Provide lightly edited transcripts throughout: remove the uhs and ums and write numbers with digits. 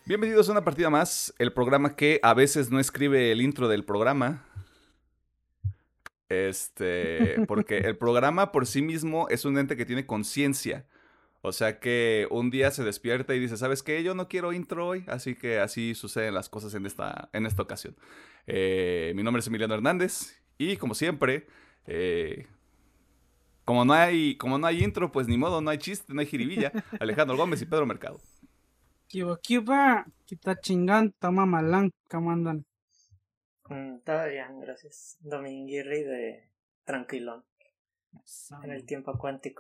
Bienvenidos a una partida más, el programa que a veces no escribe el intro del programa. Porque el programa por sí mismo es un ente que tiene conciencia. O sea que un día se despierta y dice, ¿sabes qué? Yo no quiero intro hoy, así que así suceden las cosas en esta ocasión. Mi nombre es Emiliano Hernández y como siempre, eh, como no hay intro, pues ni modo, no hay chiste, no hay jiribilla. Alejandro Gómez y Pedro Mercado. Kiba, quita chingán, toma malán, ¿cómo andan? Todo bien, gracias. Dominguirri de Tranquilón, en el tiempo cuántico.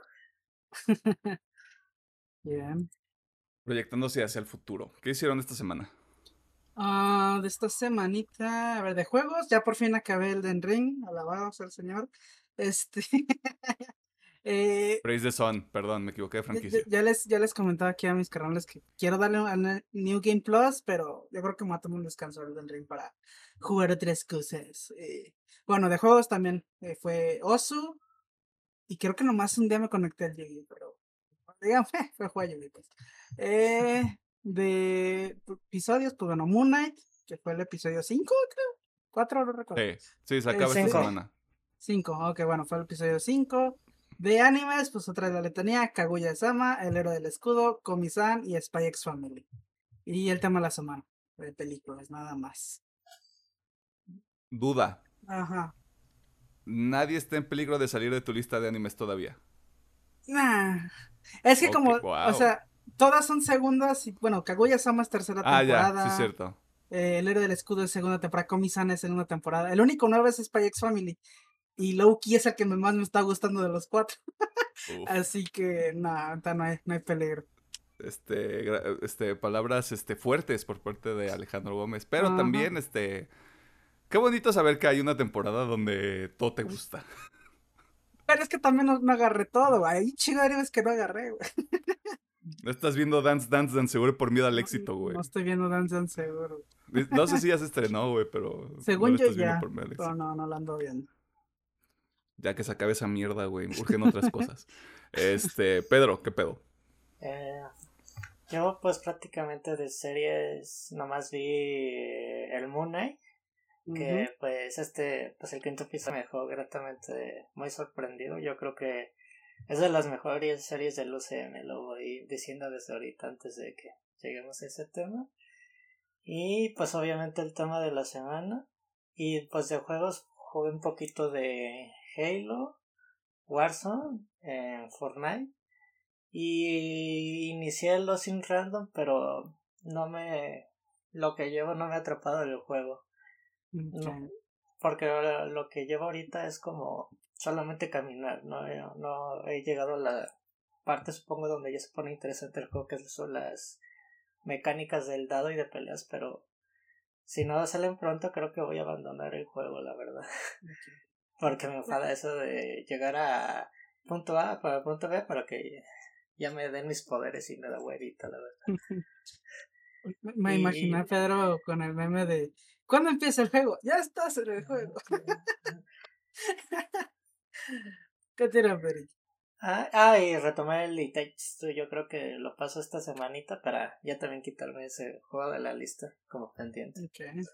Bien. Proyectándose hacia el futuro. ¿Qué hicieron esta semana? De esta semanita, a ver, de juegos, ya por fin acabé el Den Ring, alabados al señor. Este, eh, Praise the Sun, perdón, me equivoqué de ya, ya- franquicia. ya les comentaba aquí a mis carnales que quiero darle a New Game Plus, pero yo creo que me voy a tomar un descanso del Den Ring para jugar otras cosas. Bueno, de juegos también fue Osu, y creo que nomás un día me conecté al Yugi, pero digamos, fue jugar Yugi, pues. De episodios, pues bueno, Moon Knight, que fue el episodio 5 creo. 4 no recuerdo. Sí, sí, se acaba esta Este, Cinco. semana. 5 ok, bueno, fue el episodio 5. De animes, pues otra de la letanía, Kaguya-sama, El Héroe del Escudo, Komi-san y Spy X Family. Y el tema de la semana, de películas, nada más. Duda. Ajá. Nadie está en peligro de salir de tu lista de animes todavía. Nah. Es que Ok, como, o wow. sea, todas son segundas y, bueno, Kaguya-sama es tercera Ah, ya, sí es temporada. cierto. El Héroe del Escudo es segunda temporada. Komi-san es segunda temporada. El único nuevo es Spy X Family. Y Loki es el que más me está gustando de los cuatro. Uf. Así que nada, no hay peligro. Palabras fuertes por parte de Alejandro Gómez. Pero Ajá. también, qué bonito saber que hay una temporada donde todo te gusta. Pero es que también no agarré todo, güey. Hay chingo de animes que no agarré, güey. No estás viendo Dance Dance Dance seguro por miedo al No, éxito, güey. no estoy viendo Dance Dance seguro. No sé si ya se estrenó, güey, pero no Según lo yo estás viendo ya, por miedo al pero éxito. no lo ando viendo. Ya que se acabe esa mierda, güey. Urgen otras cosas. Pedro, ¿qué pedo? Eh, yo pues prácticamente de series nomás vi el Moon Knight, Ujú. que pues el quinto episodio me dejó gratamente muy sorprendido. Yo creo que es de las mejores series del UCM, lo voy diciendo desde ahorita antes de que lleguemos a ese tema. Y pues obviamente el tema de la semana. Y pues de juegos jugué un poquito de Halo, Warzone, Fortnite. Y inicié el Losing Random, pero no me... Lo que llevo no me ha atrapado el juego. No, Ok. porque lo que llevo ahorita es como solamente caminar. No he llegado a la parte, supongo, donde ya se pone interesante el juego, que son las mecánicas del dado y de peleas, pero si no salen pronto creo que voy a abandonar el juego, la verdad. Ok. Porque me enfada eso de llegar a punto A para punto B para que ya me den mis poderes y me da huevita, la verdad. Me imaginé Y... a Pedro con el meme de ¿cuándo empieza el juego? Ya estás en el juego. ¿Qué tira, Pedro? y retomé el Itachi. Yo creo que lo paso esta semanita para ya también quitarme ese juego de la lista como pendiente. Ok.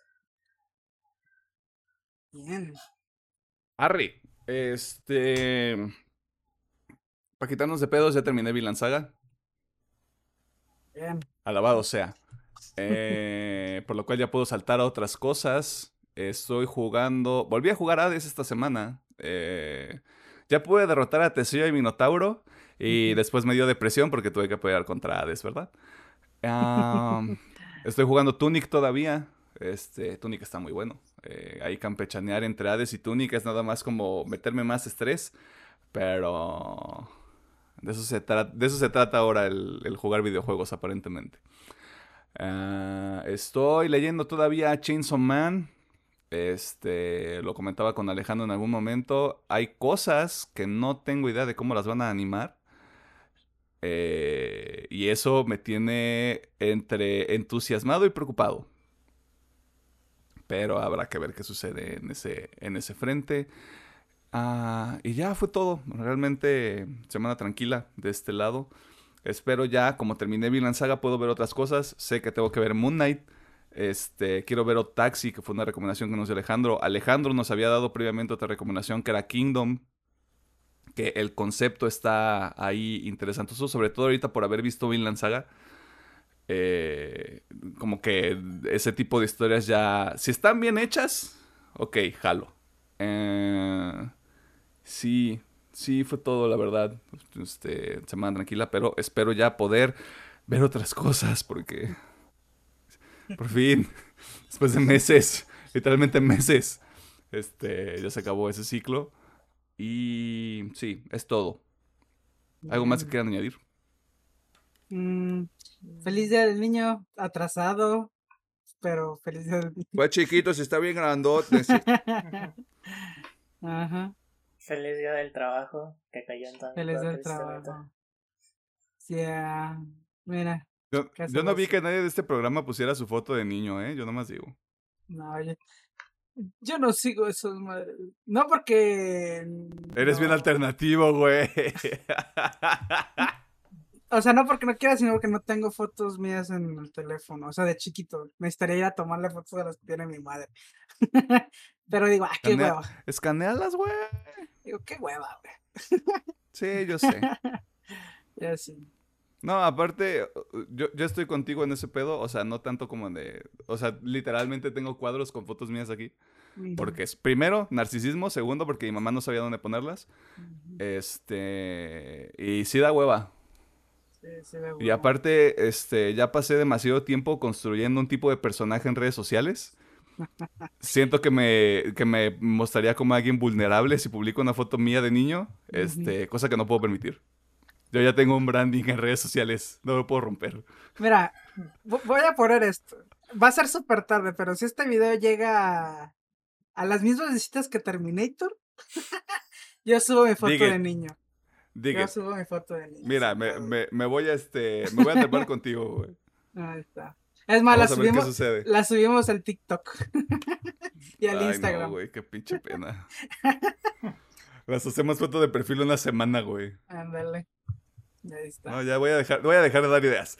Bien. Arri, para quitarnos de pedos, ya terminé Vinland Saga. Bien. Alabado sea. Por lo cual ya puedo saltar a otras cosas. Estoy jugando. Volví a jugar Hades esta semana. Ya pude derrotar a Teseo y Minotauro. Y Ujú. después me dio depresión porque tuve que pelear contra Hades, ¿verdad? Estoy jugando Tunic todavía. Tunic está muy bueno. Ahí campechanear entre Hades y Tunic es nada más como meterme más estrés. Pero de eso se trata ahora el jugar videojuegos, aparentemente. Estoy leyendo todavía Chainsaw Man. Lo comentaba con Alejandro en algún momento. Hay cosas que no tengo idea de cómo las van a animar. Y eso me tiene entre entusiasmado y preocupado. Pero habrá que ver qué sucede en ese frente. Y ya fue todo. Realmente semana tranquila de este lado. espero ya, como terminé Vinland Saga, puedo ver otras cosas. Sé que tengo que ver Moon Knight. Quiero ver Otaxi, que fue una recomendación que nos dio Alejandro. Alejandro nos había dado previamente otra recomendación que era Kingdom, que el concepto está ahí interesantoso, sobre todo ahorita por haber visto Vinland Saga. Como que ese tipo de historias ya, si están bien hechas, ok, jalo. Sí, sí, fue todo, la verdad. Semana tranquila, pero espero ya poder ver otras cosas, porque por fin, después de meses, literalmente meses, ya se acabó ese ciclo. Y sí, es todo. ¿Algo más que Bien. quieran añadir? Mm, Feliz Día del Niño, atrasado, pero feliz Día del Niño. Pues chiquito, si está bien grandote. Sí. Ajá, Feliz día del trabajo, que cayó en feliz domingo, del tristemente. trabajo. Sí, mira, ¿qué Yo no hacemos? vi que nadie de este programa pusiera su foto de niño, ¿eh? Yo nomás digo. No, yo no sigo esos madres. No porque Eres bien no, alternativo, güey. o sea, no porque no quiera, sino porque no tengo fotos mías en el teléfono. O sea, de chiquito. Me gustaría ir a tomarle fotos de las que tiene mi madre. Pero digo, qué hueva. Escanealas, güey. Digo, qué hueva, Sí, yo sé. güey. Ya sí. No, aparte, yo estoy contigo en ese pedo, o sea, no tanto como de... O sea, literalmente tengo cuadros con fotos mías aquí. Ujú, Porque es, primero, narcisismo. Segundo, porque mi mamá no sabía dónde ponerlas. ujú. Y sí da hueva. Sí, sí, de Y hueva. aparte, ya pasé demasiado tiempo construyendo un tipo de personaje en redes sociales. Siento que me mostraría como alguien vulnerable si publico una foto mía de niño, Ujú. cosa que no puedo permitir. Yo ya tengo un branding en redes sociales, no lo puedo romper. Mira, voy a poner esto. Va a ser súper tarde, pero si este video llega a las mismas visitas que Terminator, yo subo mi Dig foto de it, niño. dig Yo it. subo mi foto de niño, Mira, sin pedo. me voy a me voy a trepar contigo, güey. Ahí está. Es más, Vamos a ver qué sucede. la subimos al TikTok y al Ay, no, Instagram. güey, qué pinche pena. Las hacemos foto de perfil una semana, güey. Ándale, ahí No, está. ya voy a dejar de dar ideas.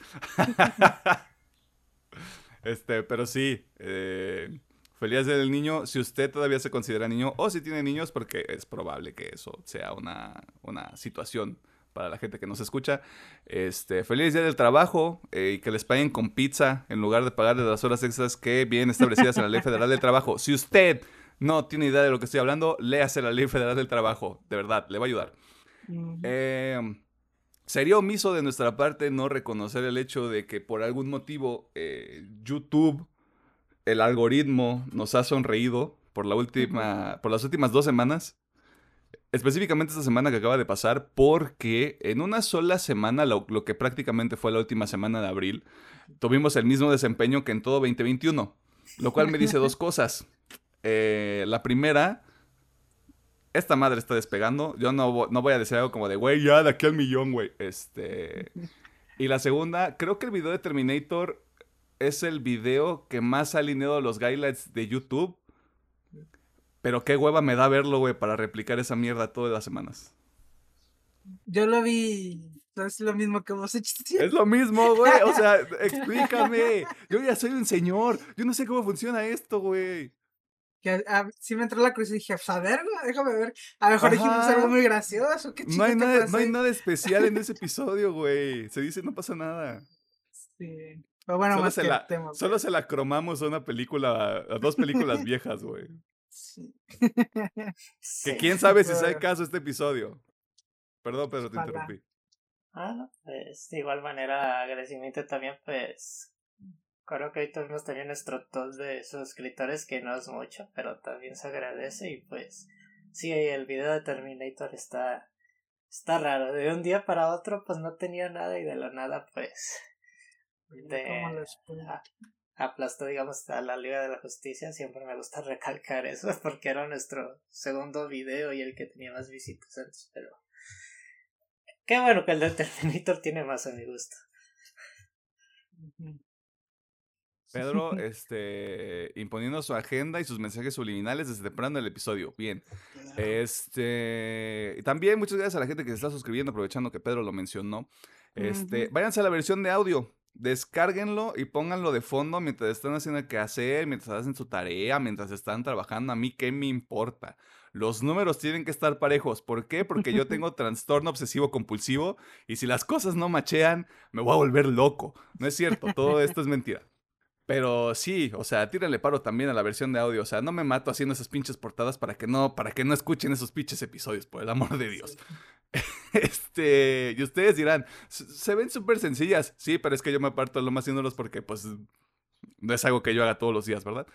Pero sí, feliz día del niño. Si usted todavía se considera niño o si tiene niños, porque es probable que eso sea una situación para la gente que nos escucha. Feliz día del trabajo y que les paguen con pizza en lugar de pagarles las horas extras que vienen establecidas en la Ley Federal del Trabajo. Si usted no tiene idea de lo que estoy hablando, léase la Ley Federal del Trabajo. De verdad, le va a ayudar. Ujú. Eh, Sería omiso de nuestra parte no reconocer el hecho de que por algún motivo YouTube, el algoritmo, nos ha sonreído por las últimas 2 semanas. Específicamente esta semana que acaba de pasar, porque en una sola semana, lo que prácticamente fue la última semana de abril, tuvimos el mismo desempeño que en todo 2021. Lo cual me dice dos cosas. La primera, esta madre está despegando. Yo no voy a decir algo como de, güey, ya de aquí al millón, güey. Y la segunda, creo que el video de Terminator es el video que más ha alineado los guidelines de YouTube. Pero qué hueva me da verlo, güey, para replicar esa mierda todas las semanas. Yo lo vi, es lo mismo que vos hiciste. Es lo mismo, güey. O sea, explícame. Yo ya soy un señor. Yo no sé cómo funciona esto, güey. Que sí me entró la cruz y dije, pues a ver, güey, déjame ver. A lo mejor dijimos algo Ajá. muy gracioso, qué No chido hay que nada, no hay pasé. nada especial en ese episodio, güey. Se dice no pasa nada. Sí. Pero bueno, Solo más se que el la, tema, solo pues. se la cromamos a una película, a dos películas viejas, güey. Sí. Que Sí. quién sabe si sea Pero, caso este episodio. Perdón, Pedro, te ojalá. interrumpí. No, pues de igual manera agradecimiento también, pues creo que hoy tuvimos también nuestro top de suscriptores, que no es mucho, pero también se agradece. Y pues sí, el video de Terminator está raro. De un día para otro pues no tenía nada y de la nada pues ¿Cómo de lo explico? aplastó, digamos, a la Liga de la Justicia. Siempre me gusta recalcar eso porque era nuestro segundo video y el que tenía más visitas antes, pero qué bueno que el de Terminator tiene más a mi gusto. Ujú. Pedro, imponiendo su agenda y sus mensajes subliminales desde temprano el episodio. Bien. Claro. También muchas gracias a la gente que se está suscribiendo, aprovechando que Pedro lo mencionó. Váyanse a la versión de audio. Descárguenlo y pónganlo de fondo mientras están haciendo el quehacer, mientras hacen su tarea, mientras están trabajando. A mí, ¿qué me importa? Los números tienen que estar parejos. ¿Por qué? Porque yo tengo trastorno obsesivo compulsivo y si las cosas no machean, me voy a volver loco. No es cierto, todo esto es mentira. Pero sí, o sea, tírenle paro también a la versión de audio. O sea, no me mato haciendo esas pinches portadas para que no escuchen esos pinches episodios, por el amor de Dios. Y ustedes dirán, se ven súper sencillas. Sí, pero es que yo me aparto lo más haciéndolos porque, pues, no es algo que yo haga todos los días, ¿verdad?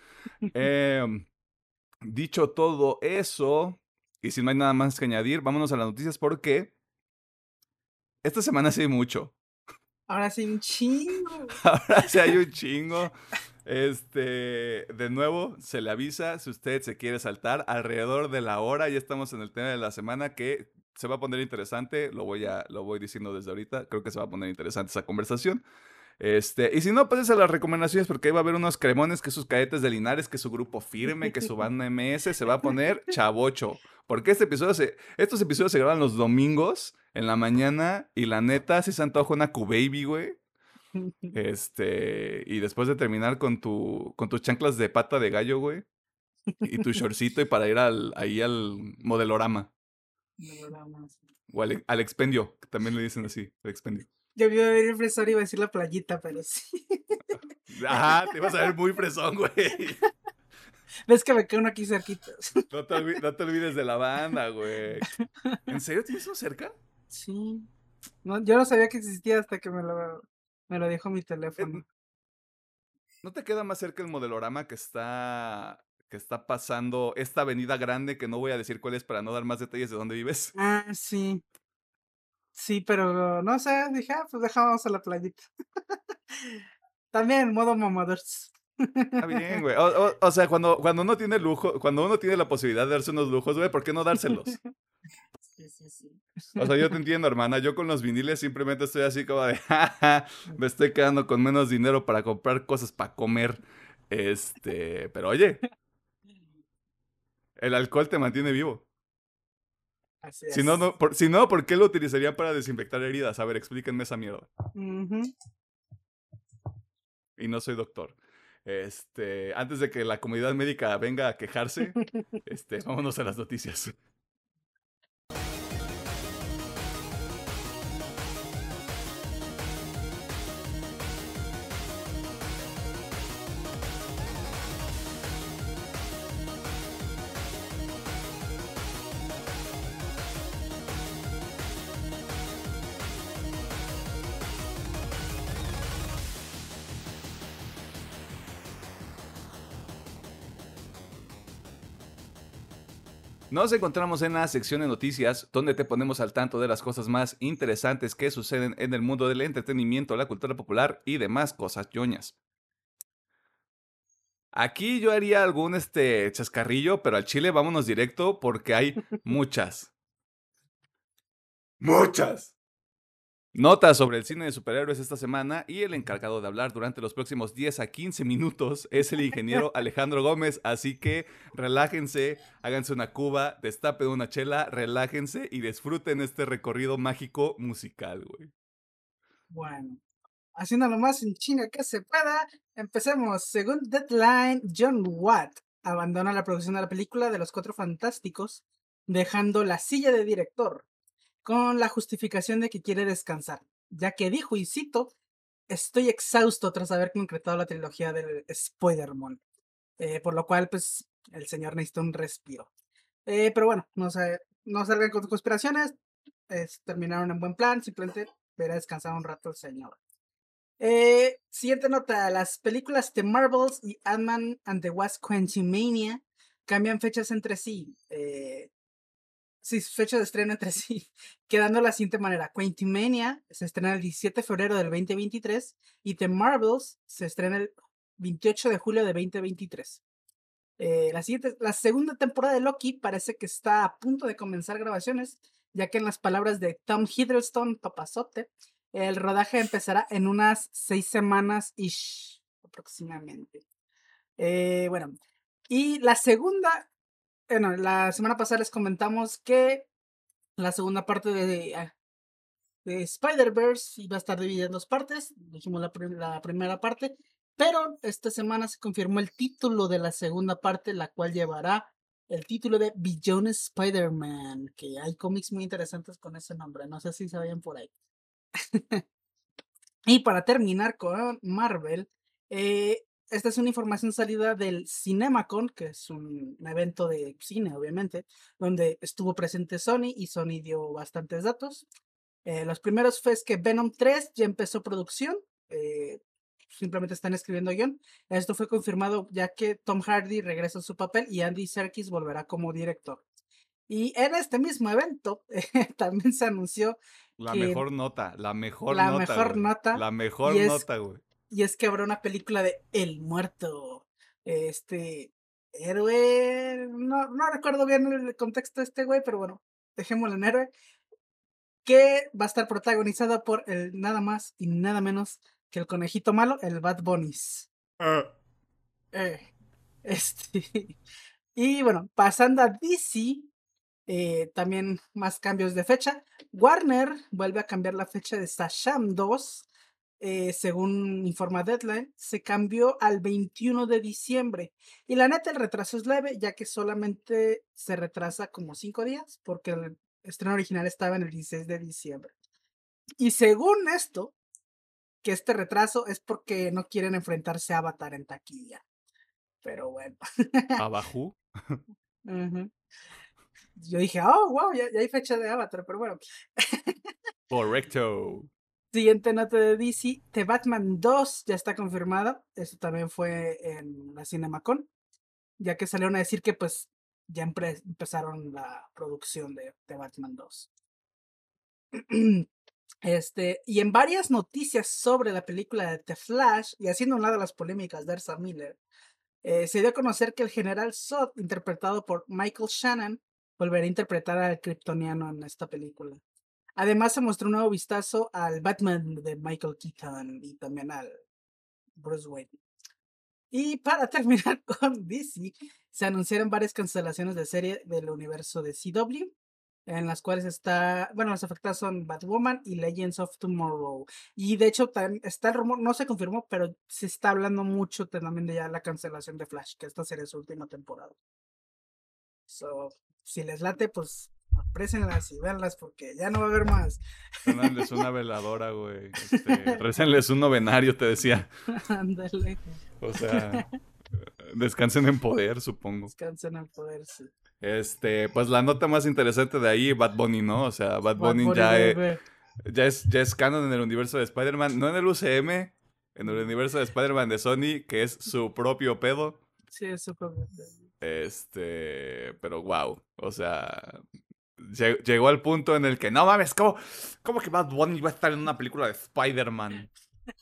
Dicho todo eso, y si no hay nada más que añadir, vámonos a las noticias porque esta semana sí hay mucho. Ahora sí, un chingo. Ahora sí hay un chingo. De nuevo, se le avisa si usted se quiere saltar alrededor de la hora. Ya estamos en el tema de la semana que se va a poner interesante. Lo voy diciendo desde ahorita. Creo que se va a poner interesante esa conversación. Y si no, pases a las recomendaciones porque ahí va a haber unos cremones, que sus cadetes de Linares, que su grupo firme, que su banda MS se va a poner chavocho. Porque estos episodios se graban los domingos en la mañana y la neta, si se antoja una Q-Baby, güey. Y después de terminar con tus chanclas de pata de gallo, güey, y tu shortcito y para ir ahí al modelorama. O al expendio, que también le dicen así, el expendio. Yo iba a ver el fresor y iba a decir la playita, pero sí. Ajá, te ibas a ver muy fresón, güey. Ves que me quedo uno aquí cerquita. No te olvides de la banda, güey. ¿En serio tienes uno cerca? Sí. No, yo no sabía que existía hasta que me lo dijo mi teléfono. ¿No te queda más cerca el modelorama que está pasando esta avenida grande que no voy a decir cuál es para no dar más detalles de dónde vives? Ah, sí. Sí, pero no sé, dije, pues dejamos a la playita. También, modo mamadores. Está bien, güey. O sea, cuando uno tiene lujo, cuando uno tiene la posibilidad de darse unos lujos, güey, ¿por qué no dárselos? Sí. O sea, yo te entiendo, hermana. Yo con los viniles simplemente estoy así como de, jaja, me estoy quedando con menos dinero para comprar cosas para comer. Pero oye, el alcohol te mantiene vivo. Así Si no, es. si no, ¿por qué lo utilizarían para desinfectar heridas? A ver, explíquenme esa mierda. Y no soy doctor. Antes de que la comunidad médica venga a quejarse, vámonos a las noticias. Nos encontramos en la sección de noticias, donde te ponemos al tanto de las cosas más interesantes que suceden en el mundo del entretenimiento, la cultura popular y demás cosas ñoñas. Aquí yo haría algún chascarrillo, pero al chile vámonos directo porque hay muchas. ¡Muchas! Notas sobre el cine de superhéroes esta semana y el encargado de hablar durante los próximos 10 a 15 minutos es el ingeniero Alejandro Gómez, así que relájense, háganse una cuba, destapen una chela, relájense y disfruten este recorrido mágico musical, güey. Bueno, haciendo lo más en chinga que se pueda, empecemos. Según Deadline, John Watt abandona la producción de la película de Los Cuatro Fantásticos, dejando la silla de director, con la justificación de que quiere descansar, ya que dijo, y cito, estoy exhausto tras haber concretado la trilogía del Spider-Man, por lo cual, pues, el señor necesita un respiro. Pero bueno, no salgan con conspiraciones, terminaron en buen plan, simplemente verá descansar un rato el señor. Siguiente nota, las películas The Marvels y Ant-Man and the Wasp Quantumania cambian fechas entre sí. Sí, fecha de estreno entre sí, quedando de la siguiente manera. Quantumania se estrena el 17 de febrero del 2023 y The Marvels se estrena el 28 de julio de 2023. La segunda temporada de Loki parece que está a punto de comenzar grabaciones, ya que en las palabras de Tom Hiddleston, papazote, el rodaje empezará en unas 6 semanas aproximadamente. Bueno, y la semana pasada les comentamos que la segunda parte de de Spider-Verse iba a estar dividida en dos partes, dijimos la primera parte, pero esta semana se confirmó el título de la segunda parte, la cual llevará el título de Beyond Spider-Man, que hay cómics muy interesantes con ese nombre, no sé si se vayan por ahí. Y para terminar con Marvel, esta es una información salida del CinemaCon, que es un evento de cine, obviamente, donde estuvo presente Sony y Sony dio bastantes datos. Los primeros fue que Venom 3 ya empezó producción, simplemente están escribiendo guión. Esto fue confirmado ya que Tom Hardy regresa a su papel y Andy Serkis volverá como director. Y en este mismo evento también se anunció La que mejor nota, la mejor la nota, mejor güey. nota La mejor y es, nota, güey. y es que habrá una película de El Muerto. Este héroe, no recuerdo bien el contexto de este güey, pero bueno, dejémoslo en héroe, que va a estar protagonizada por el nada más y nada menos que el conejito malo, el Bad Bunnies. Eh, este, y bueno, pasando a DC, también más cambios de fecha. Warner vuelve a cambiar la fecha de Shazam 2. Según informa Deadline, se cambió al 21 de diciembre. Y la neta, el retraso es leve, ya que solamente se retrasa como 5 días, porque el estreno original estaba en el 16 de diciembre. Y según esto, que este retraso es porque no quieren enfrentarse a Avatar en taquilla. Pero bueno. ¿Abajo? Ujú. Yo dije, oh, wow, ya hay fecha de Avatar, pero bueno. Correcto. Siguiente nota de DC, The Batman 2 ya está confirmada. Esto también fue en la CinemaCon, ya que salieron a decir que pues ya empezaron la producción de The Batman 2. Y en varias noticias sobre la película de The Flash, y haciendo un lado las polémicas de Ezra Miller, se dio a conocer que el general Zod, interpretado por Michael Shannon, volverá a interpretar al kryptoniano en esta película. Además, se mostró un nuevo vistazo al Batman de Michael Keaton y también al Bruce Wayne. Y para terminar con DC, se anunciaron varias cancelaciones de serie del universo de CW, en las cuales las afectadas son Batwoman y Legends of Tomorrow. Y de hecho, está el rumor, no se confirmó, pero se está hablando mucho también de ya la cancelación de Flash, que esta sería su última temporada. So, si les late, pues aprécienlas y véanlas porque ya no va a haber más. Pónganles una veladora, güey. Récenles un novenario, te decía. Ándale. O sea, descansen en poder, supongo. Descansen al poder, sí. Pues la nota más interesante de ahí, Bad Bunny, ¿no? O sea, Bad Bad Bunny Bunny, ya, baby. ya es canon en el universo de Spider-Man, no en el UCM, en el universo de Spider-Man de Sony, que es su propio pedo. Sí, es súper bueno. Pero wow, o sea, llegó al punto en el que, no mames, ¿cómo que Bad Bunny va a estar en una película de Spider-Man?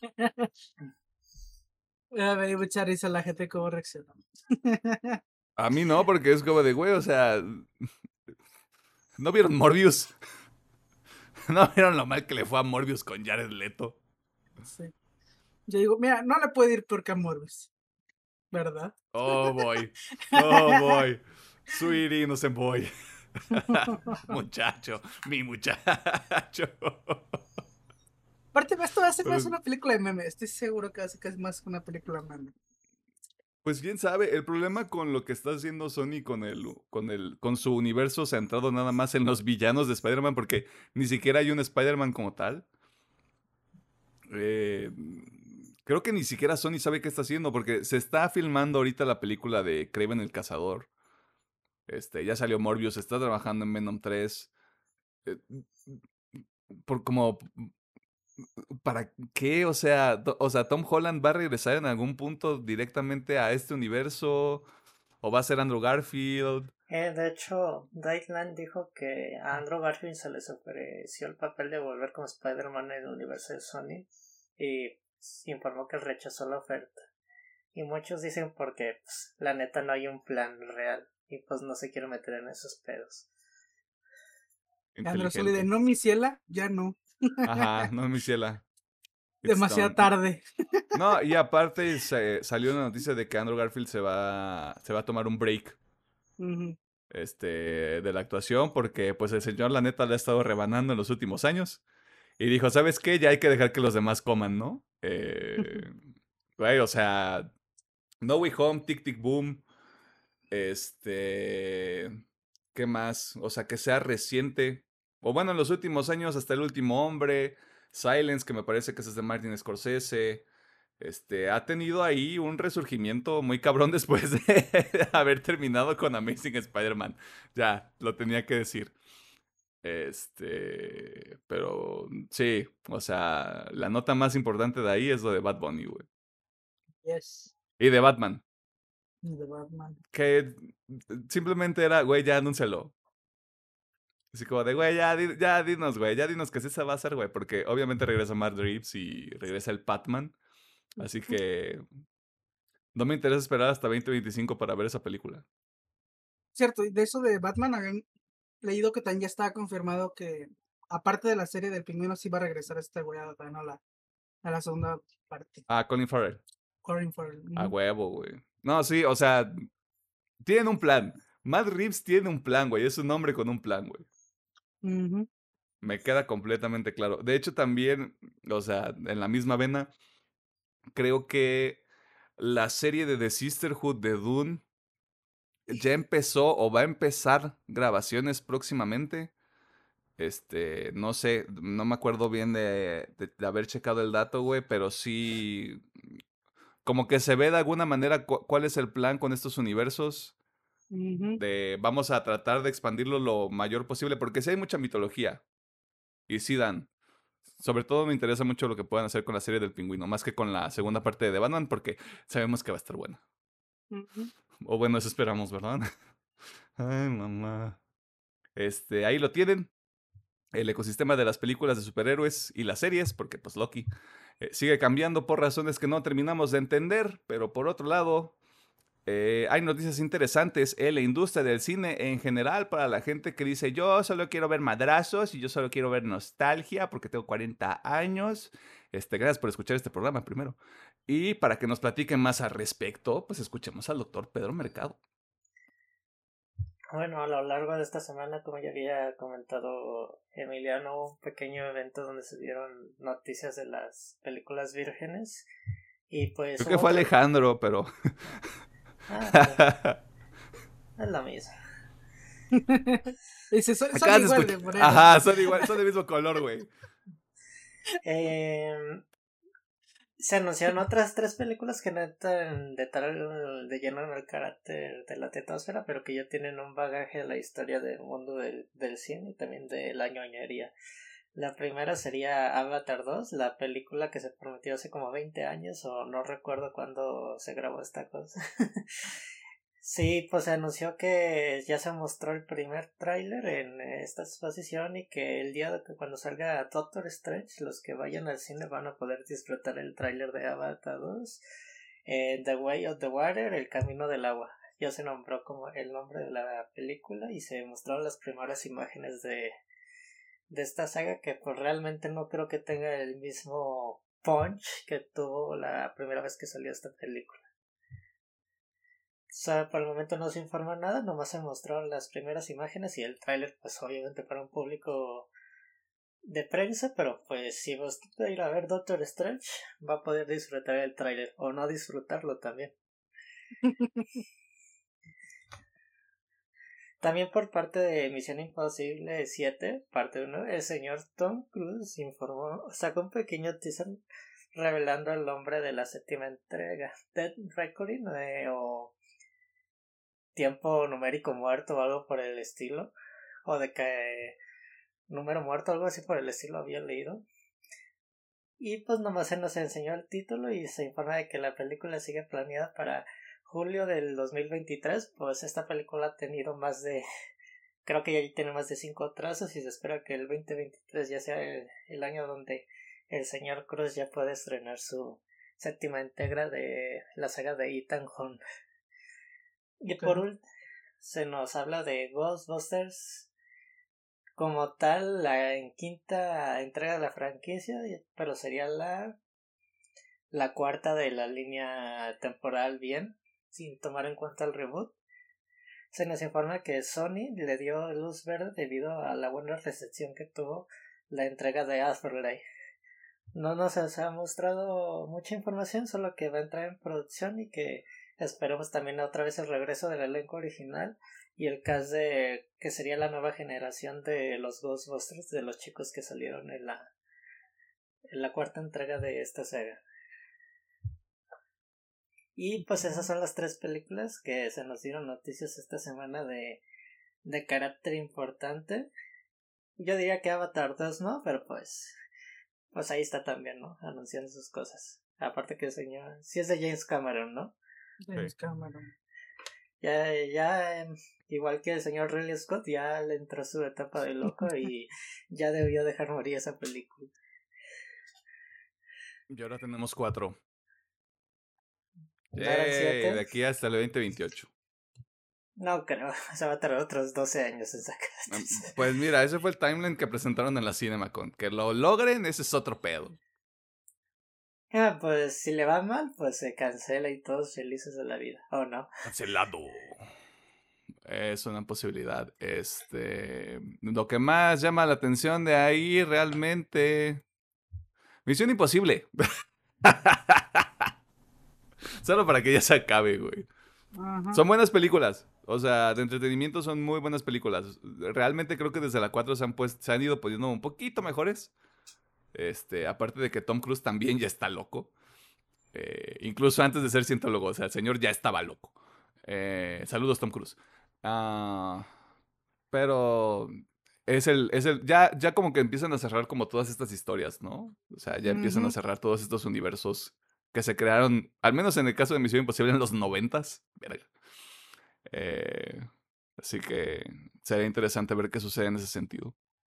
Me dio mucha risa la gente cómo reaccionó. A mí no, porque es como de, güey, o sea, ¿no vieron Morbius? ¿No vieron lo mal que le fue a Morbius con Jared Leto? Sí. Yo digo, mira, no le puede ir peor que a Morbius, ¿verdad? Oh boy, sweet innocent boy. Muchacho, mi muchacho. Aparte, esto va a ser más una película de meme. Estoy seguro que va a ser casi más una película de meme. Pues quién sabe, el problema con lo que está haciendo Sony con su universo centrado nada más en los villanos de Spider-Man, porque ni siquiera hay un Spider-Man como tal. Creo que ni siquiera Sony sabe qué está haciendo, porque se está filmando ahorita la película de Kraven el Cazador. Ya salió Morbius, está trabajando en Venom 3. Eh, por como ¿Para qué? O sea, Tom Holland va a regresar en algún punto directamente a este universo o va a ser Andrew Garfield. De hecho, Deadline dijo que a Andrew Garfield se les ofreció el papel de volver como Spider-Man en el universo de Sony y informó que él rechazó la oferta. Y muchos dicen porque pues, la neta no hay un plan real y pues no se quiere meter en esos pedos. Andrew Soli de no, mi ciela, ya no. Ajá, no, mi ciela. Demasiado tarde. No, y aparte salió una noticia de que Andrew Garfield se va a tomar un break. De la actuación, porque pues el señor la neta le ha estado rebanando en los últimos años. Y dijo, ¿sabes qué? Ya hay que dejar que los demás coman, ¿no? Güey, o sea, No Way Home, Tic Tic Boom, este... ¿Qué más? O sea, que sea reciente. O bueno, en los últimos años, hasta El Último Hombre, Silence, que me parece que ese es de Martin Scorsese. Ha tenido ahí un resurgimiento muy cabrón después de haber terminado con Amazing Spider-Man. Ya, lo tenía que decir. Pero sí, o sea, la nota más importante de ahí es lo de Bad Bunny, güey. Yes. Y de Batman, De Batman. que simplemente era, güey, ya anúncialo. Así como de, güey, ya dinos, güey, ya dinos que sí se va a hacer, güey, porque obviamente regresa Matt Reeves y regresa el Batman. Así que no me interesa esperar hasta 2025 para ver esa película. Cierto, y de eso de Batman habían leído que también ya estaba confirmado que, aparte de la serie del pingüino, sí va a regresar este güey a la segunda parte. Ah, Colin Farrell. Colin Farrell. A huevo, güey. No, sí, o sea, tienen un plan. Matt Reeves tiene un plan, güey. Es un hombre con un plan, güey. Ujú. Me queda completamente claro. De hecho, también, o sea, en la misma vena, creo que la serie de The Sisterhood de Dune ya empezó o va a empezar grabaciones próximamente. No sé, no me acuerdo bien de haber checado el dato, güey, pero sí, como que se ve de alguna manera cuál es el plan con estos universos. Ujú. Vamos a tratar de expandirlo lo mayor posible, porque sí hay mucha mitología. Y sí dan. Sobre todo me interesa mucho lo que puedan hacer con la serie del pingüino, más que con la segunda parte de The Batman, porque sabemos que va a estar buena. Ujú. O bueno, eso esperamos, ¿verdad? Ay, mamá. Ahí lo tienen. El ecosistema de las películas de superhéroes y las series, porque pues Loki sigue cambiando por razones que no terminamos de entender, pero por otro lado, hay noticias interesantes en la industria del cine en general para la gente que dice yo solo quiero ver madrazos y yo solo quiero ver nostalgia porque tengo 40 años. Gracias por escuchar este programa primero. Y para que nos platiquen más al respecto, pues escuchemos al doctor Pedro Mercado. Bueno, a lo largo de esta semana, como ya había comentado Emiliano, hubo un pequeño evento donde se dieron noticias de las películas vírgenes y pues Creo que hubo fue otra... Alejandro, pero... pues, es lo mismo. Dice, son Acabas de igual de escuchar... morenos. Ajá, son igual, son del mismo color, güey. Se anunciaron otras 3 películas que no entran de lleno en el carácter de la tetosfera, pero que ya tienen un bagaje de la historia del mundo del cine y también de la ñoñería. La primera sería Avatar 2, la película que se prometió hace como 20 años, o no recuerdo cuándo se grabó esta cosa. Sí, pues se anunció que ya se mostró el primer tráiler en esta exposición y que el día de que cuando salga Doctor Strange, los que vayan al cine van a poder disfrutar el tráiler de Avatar 2, The Way of the Water, El Camino del Agua. Ya se nombró como el nombre de la película y se mostraron las primeras imágenes de esta saga que pues realmente no creo que tenga el mismo punch que tuvo la primera vez que salió esta película. O sea, por el momento no se informa nada, nomás se mostraron las primeras imágenes y el tráiler pues obviamente para un público de prensa, pero pues si vos quiere ir a ver Doctor Strange va a poder disfrutar el tráiler o no disfrutarlo también. También por parte de Misión Imposible 7, parte 1, el señor Tom Cruise sacó un pequeño teaser revelando el nombre de la séptima entrega, Dead Reckoning o Tiempo Numérico Muerto o algo por el estilo, o de que número muerto, algo así por el estilo había leído. Y pues nomás se nos enseñó el título y se informa de que la película sigue planeada para julio del 2023, pues esta película ha tenido creo que ya tiene más de 5 trazos y se espera que el 2023 ya sea el año donde el señor Cruz ya pueda estrenar su séptima entrega de la saga de Ethan Hunt. Y por último se nos habla de Ghostbusters como tal, la quinta entrega de la franquicia, pero sería la cuarta de la línea temporal bien, sin tomar en cuenta el reboot. Se nos informa que Sony le dio luz verde debido a la buena recepción que tuvo la entrega de Afterlife. No nos ha mostrado mucha información, solo que va a entrar en producción y que esperemos también otra vez el regreso del elenco original y el cast de que sería la nueva generación de los Ghostbusters, de los chicos que salieron en la cuarta entrega de esta saga. Y pues esas son las 3 películas que se nos dieron noticias esta semana de carácter importante. Yo diría que Avatar 2 no, pero pues ahí está también, ¿no? Anunciando sus cosas. Aparte que el señor, sí es de James Cameron, ¿no? James Cameron. Ya, igual que el señor Ridley Scott, ya le entró su etapa de loco y ya debió dejar morir esa película. Y ahora tenemos 4. ¿No eran 7? De aquí hasta el 2028. No creo, se va a tardar otros 12 años en sacar. Pues mira, ese fue el timeline que presentaron en la CinemaCon. Que lo logren, ese es otro pedo. Pues si le va mal, pues se cancela y todos felices de la vida, ¿o no? Cancelado. Es una posibilidad. Lo que más llama la atención de ahí realmente... Misión Imposible. Solo para que ya se acabe, güey. Ajá. Son buenas películas. O sea, de entretenimiento son muy buenas películas. Realmente creo que desde la 4 se han ido poniendo un poquito mejores. Aparte de que Tom Cruise también ya está loco. Incluso antes de ser cientólogo. O sea, el señor ya estaba loco. Saludos, Tom Cruise. Pero ya como que empiezan a cerrar como todas estas historias, ¿no? O sea, ya empiezan a cerrar todos estos universos que se crearon, al menos en el caso de Misión Imposible, en los 90s. Verga. Así que sería interesante ver qué sucede en ese sentido.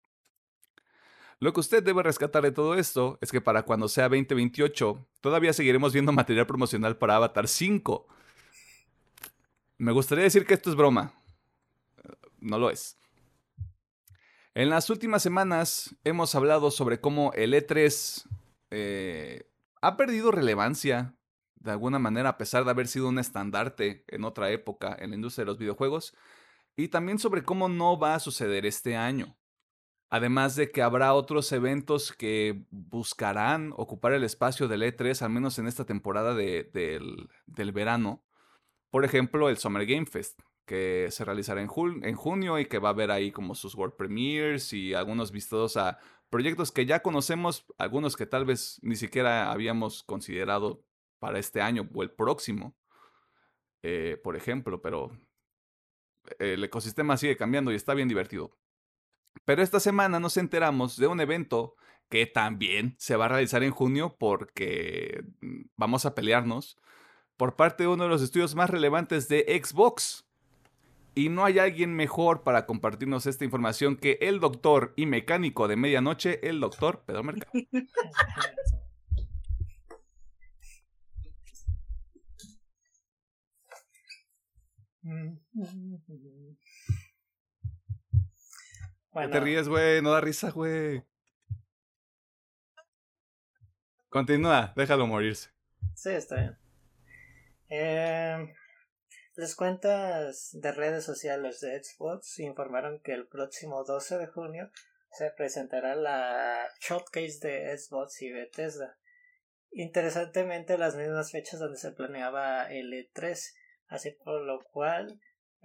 Lo que usted debe rescatar de todo esto es que para cuando sea 2028, todavía seguiremos viendo material promocional para Avatar 5. Me gustaría decir que esto es broma. No lo es. En las últimas semanas hemos hablado sobre cómo el E3 ha perdido relevancia de alguna manera a pesar de haber sido un estandarte en otra época en la industria de los videojuegos y también sobre cómo no va a suceder este año. Además de que habrá otros eventos que buscarán ocupar el espacio del E3 al menos en esta temporada del verano. Por ejemplo, el Summer Game Fest, que se realizará en junio y que va a haber ahí como sus World Premiers y algunos vistados a proyectos que ya conocemos, algunos que tal vez ni siquiera habíamos considerado para este año o el próximo, por ejemplo, pero el ecosistema sigue cambiando y está bien divertido. Pero esta semana nos enteramos de un evento que también se va a realizar en junio porque vamos a pelearnos por parte de uno de los estudios más relevantes de Xbox. Y no hay alguien mejor para compartirnos esta información que el doctor y mecánico de medianoche, el doctor Pedro Mercado. Bueno, ¿Qué te ríes, güey? No da risa, güey. Continúa, déjalo morirse. sí, está bien. Las cuentas de redes sociales de Xbox informaron que el próximo 12 de junio se presentará la showcase de Xbox y Bethesda. Interesantemente, las mismas fechas donde se planeaba el E3, así por lo cual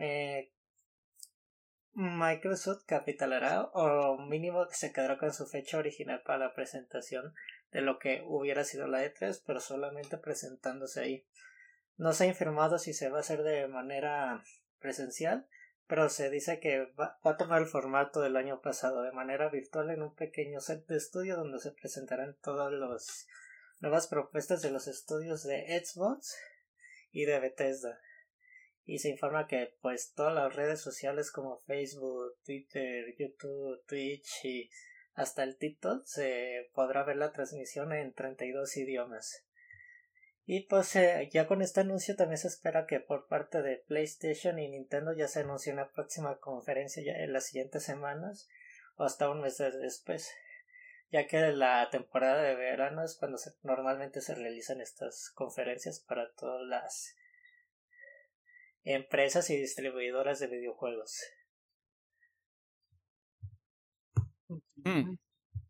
Microsoft capitalará o mínimo se quedará con su fecha original para la presentación de lo que hubiera sido la E3, pero solamente presentándose ahí. No se ha informado si se va a hacer de manera presencial, pero se dice que va a tomar el formato del año pasado de manera virtual en un pequeño set de estudio donde se presentarán todas las nuevas propuestas de los estudios de Xbox y de Bethesda. Y se informa que pues todas las redes sociales como Facebook, Twitter, YouTube, Twitch y hasta el TikTok se podrá ver la transmisión en 32 idiomas. Y pues ya con este anuncio también se espera que por parte de PlayStation y Nintendo ya se anuncie una próxima conferencia ya en las siguientes semanas o hasta un mes después, ya que la temporada de verano es cuando normalmente se realizan estas conferencias para todas las empresas y distribuidoras de videojuegos.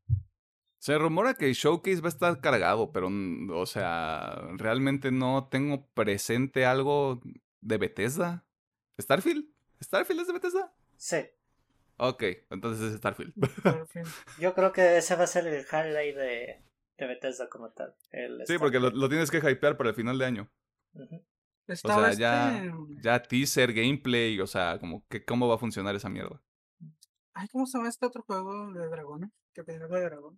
Se rumora que el showcase va a estar cargado, pero, o sea, realmente no tengo presente algo de Bethesda. ¿Starfield? ¿Starfield es de Bethesda? Sí. Ok, entonces es Starfield. Starfield. Yo creo que ese va a ser el highlight de Bethesda como tal. El Sí, porque Starfield. lo tienes que hypear para el final de año. Ujú. O Estaba sea, ya teaser, gameplay, o sea, como que cómo va a funcionar esa mierda. Ay, ¿cómo se llama este otro juego de dragones? Que tenía algo de dragón.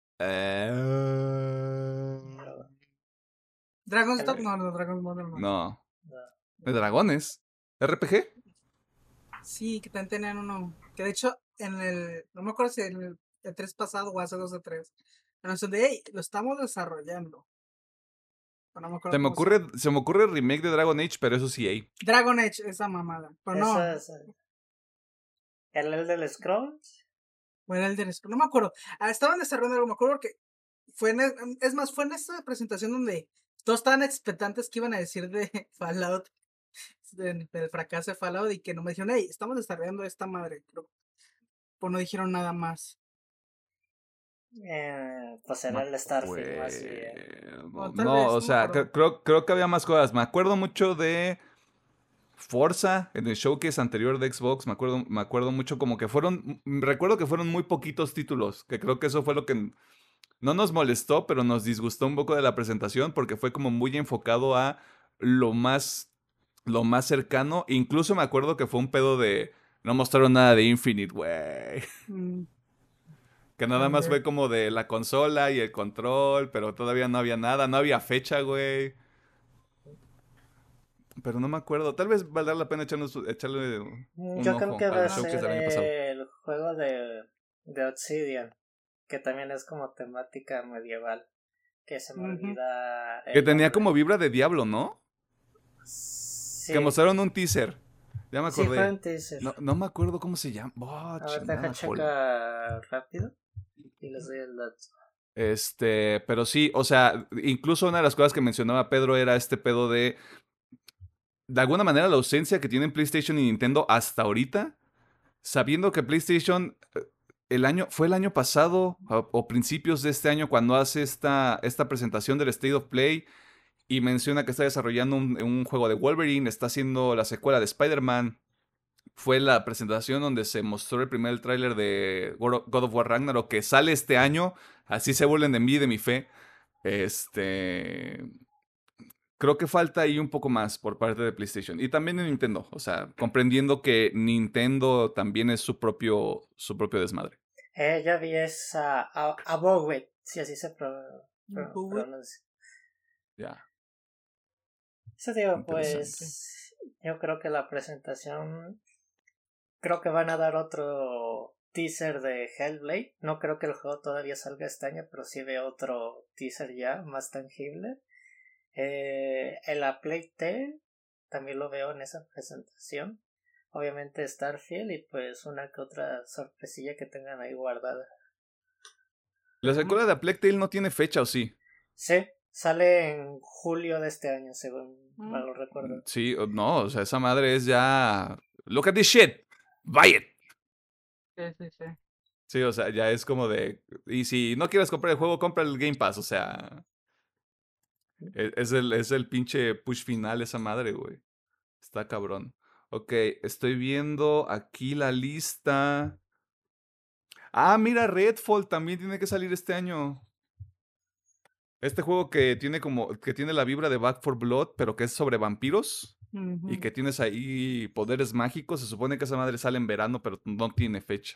Pero, Dragon's Dogma, el- no, no, Dragon's Dogma no. No. no, ¿De dragones? ¿RPG? Sí, que también tenían uno. Que de hecho, no me acuerdo si en el E3 pasado o hace 2 o 3. Anunciaron de, hey, lo estamos desarrollando. Pero no me acuerdo cómo se llama. Se me ocurre el remake de Dragon Age, pero eso sí, EA. Dragon Age, esa mamada. Pero eso no, es el Elder Scrolls. fue el Elder Scrolls, no me acuerdo. Estaban desarrollando algo, me acuerdo porque es más, fue en esa presentación donde todos estaban expectantes que iban a decir de Fallout, del fracaso de Fallout, y que no me dijeron, hey, estamos desarrollando esta madre. Pero pues no dijeron nada más. Pues Me era el Starfield más bien. acuerdo. O tal No, vez, o no me sea, acuerdo. creo que había más cosas. Me acuerdo mucho de Forza en el showcase anterior de Xbox. Me acuerdo mucho como que recuerdo que fueron muy poquitos títulos, que creo que eso fue lo que no nos molestó, pero nos disgustó un poco de la presentación porque fue como muy enfocado a lo más, lo más cercano. Incluso me acuerdo que fue un pedo de no mostraron nada de Infinite, güey. Mm, Que nada más también. fue como de la consola y el control, pero todavía no había nada, no había fecha, güey. Pero no me acuerdo. Tal vez valdrá la pena echarle un Yo creo ojo que va al a Ajá. showcase ser del año pasado. el juego de Obsidian, que también es como temática medieval, que se me Ujú. olvida Que el tenía nombre. como vibra de Diablo, ¿no? Que Sí, mostraron un teaser. Ya me sí fue acordé. un teaser. No me acuerdo cómo se llama. Oh, A ver, deja chingada cola. checar rápido y les doy el dato. Pero sí, o sea, incluso una de las cosas que mencionaba Pedro era este pedo de alguna manera, la ausencia que tienen PlayStation y Nintendo hasta ahorita, sabiendo que PlayStation fue el año pasado o principios de este año cuando hace esta presentación del State of Play y menciona que está desarrollando un juego de Wolverine, está haciendo la secuela de Spider-Man. Fue la presentación donde se mostró el primer tráiler de God of War Ragnarok que sale este año. Así se burlen de mí y de mi fe. Este, Creo que falta ahí un poco más por parte de PlayStation y también de Nintendo, o sea, comprendiendo que Nintendo también es su propio desmadre. Ya vi esa Abowet, si así se Uy, pronuncia. Ya, Eso digo, interesante. pues yo creo que la presentación, creo que van a dar otro teaser de Hellblade. No creo que el juego todavía salga este año, pero sí veo otro teaser ya más tangible. El A Plague Tale también lo veo en esa presentación. Obviamente Starfield y pues una que otra sorpresilla que tengan ahí guardada. La secuela de A Plague Tale no tiene fecha, ¿o sí? Sí, sale en julio de este año, según mal mm, lo recuerdo. Sí, no, o sea, esa madre es ya... Look at this shit, buy it. sí, sí, sí. Sí, o sea, ya es como de... Y si no quieres comprar el juego, compra el Game Pass, o sea... Es el pinche push final esa madre, güey. Está cabrón. Ok, estoy viendo aquí la lista. Ah, mira, Redfall también tiene que salir este año. Este juego que tiene la vibra de Back 4 Blood, pero que es sobre vampiros y Ujú, que tienes ahí poderes mágicos. Se supone que esa madre sale en verano, pero no tiene fecha.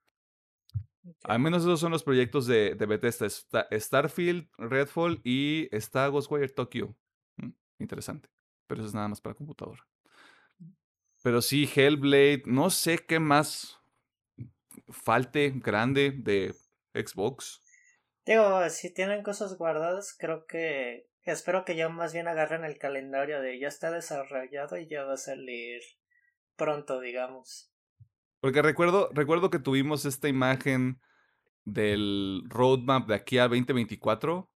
Al ok. menos esos son los proyectos de Bethesda. Starfield, Redfall y está Ghostwire Tokyo. Interesante. Pero eso es nada más para computadora. Pero sí, Hellblade, no sé qué más falte grande de Xbox. Digo, si tienen cosas guardadas, creo que espero que ya más bien agarren el calendario de ya está desarrollado y ya va a salir pronto, digamos. Porque recuerdo que tuvimos esta imagen del roadmap de aquí a 2024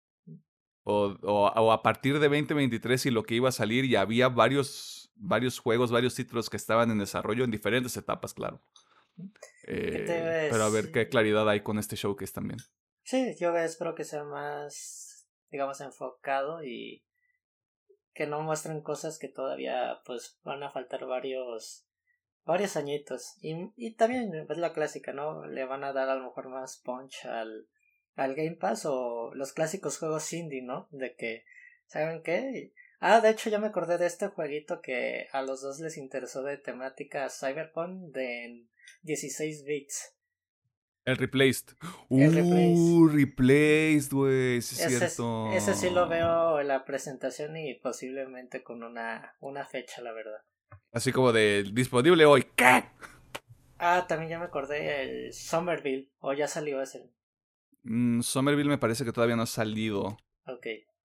o a partir de 2023 y lo que iba a salir y había varios juegos, varios títulos que estaban en desarrollo en diferentes etapas, claro. ¿Qué te iba a Pero a ver qué decir? claridad hay con este showcase también. Sí, yo espero que sea más, digamos, enfocado y que no muestren cosas que todavía pues van a faltar varios añitos. Y también es la clásica, ¿no? Le van a dar a lo mejor más punch al Game Pass o los clásicos juegos indie, ¿no? De que, ¿saben qué? De hecho ya me acordé de este jueguito que a los dos les interesó de temática Cyberpunk de 16 bits. El Replaced. El Replace. Replaced, güey, sí es Ese sí lo cierto. veo en la presentación y posiblemente con una fecha, la verdad. Así como de disponible hoy. ¿Qué? También ya me acordé el Somerville, o ya salió ese. Somerville me parece que todavía no ha salido. Ok.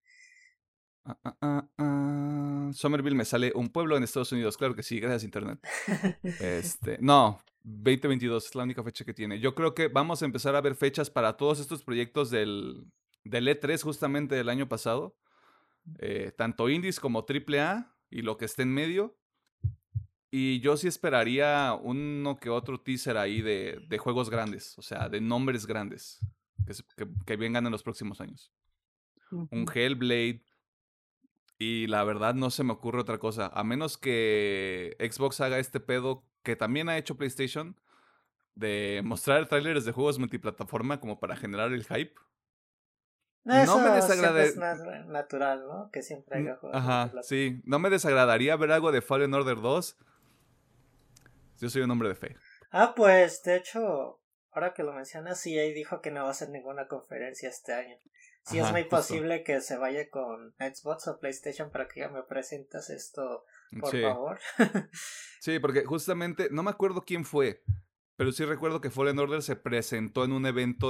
Somerville me sale un pueblo en Estados Unidos. Claro que sí, gracias Internet. No, 2022 es la única fecha que tiene. Yo creo que vamos a empezar a ver fechas para todos estos proyectos del E3 justamente del año pasado. Tanto indies como AAA y lo que esté en medio. Y yo sí esperaría uno que otro teaser ahí de juegos grandes, o sea, de nombres grandes que vengan en los próximos años. Un Hellblade. Y la verdad no se me ocurre otra cosa. A menos que Xbox haga este pedo que también ha hecho PlayStation, de mostrar trailers de juegos multiplataforma como para generar el hype. No me Eso siempre es desagradaría. natural, ¿no? Que siempre haya juegos Ajá, multiplataforma. sí. No me desagradaría ver algo de Fallen Order 2. Yo soy un hombre de fe. Pues de hecho, ahora que lo mencionas, EA dijo que no va a hacer ninguna conferencia este año. Sí, es Ajá, muy justo. posible que se vaya con Xbox o PlayStation para que ya me presentas esto, por Sí. favor. Sí, porque justamente, no me acuerdo quién fue, pero sí recuerdo que Fallen Order se presentó en un evento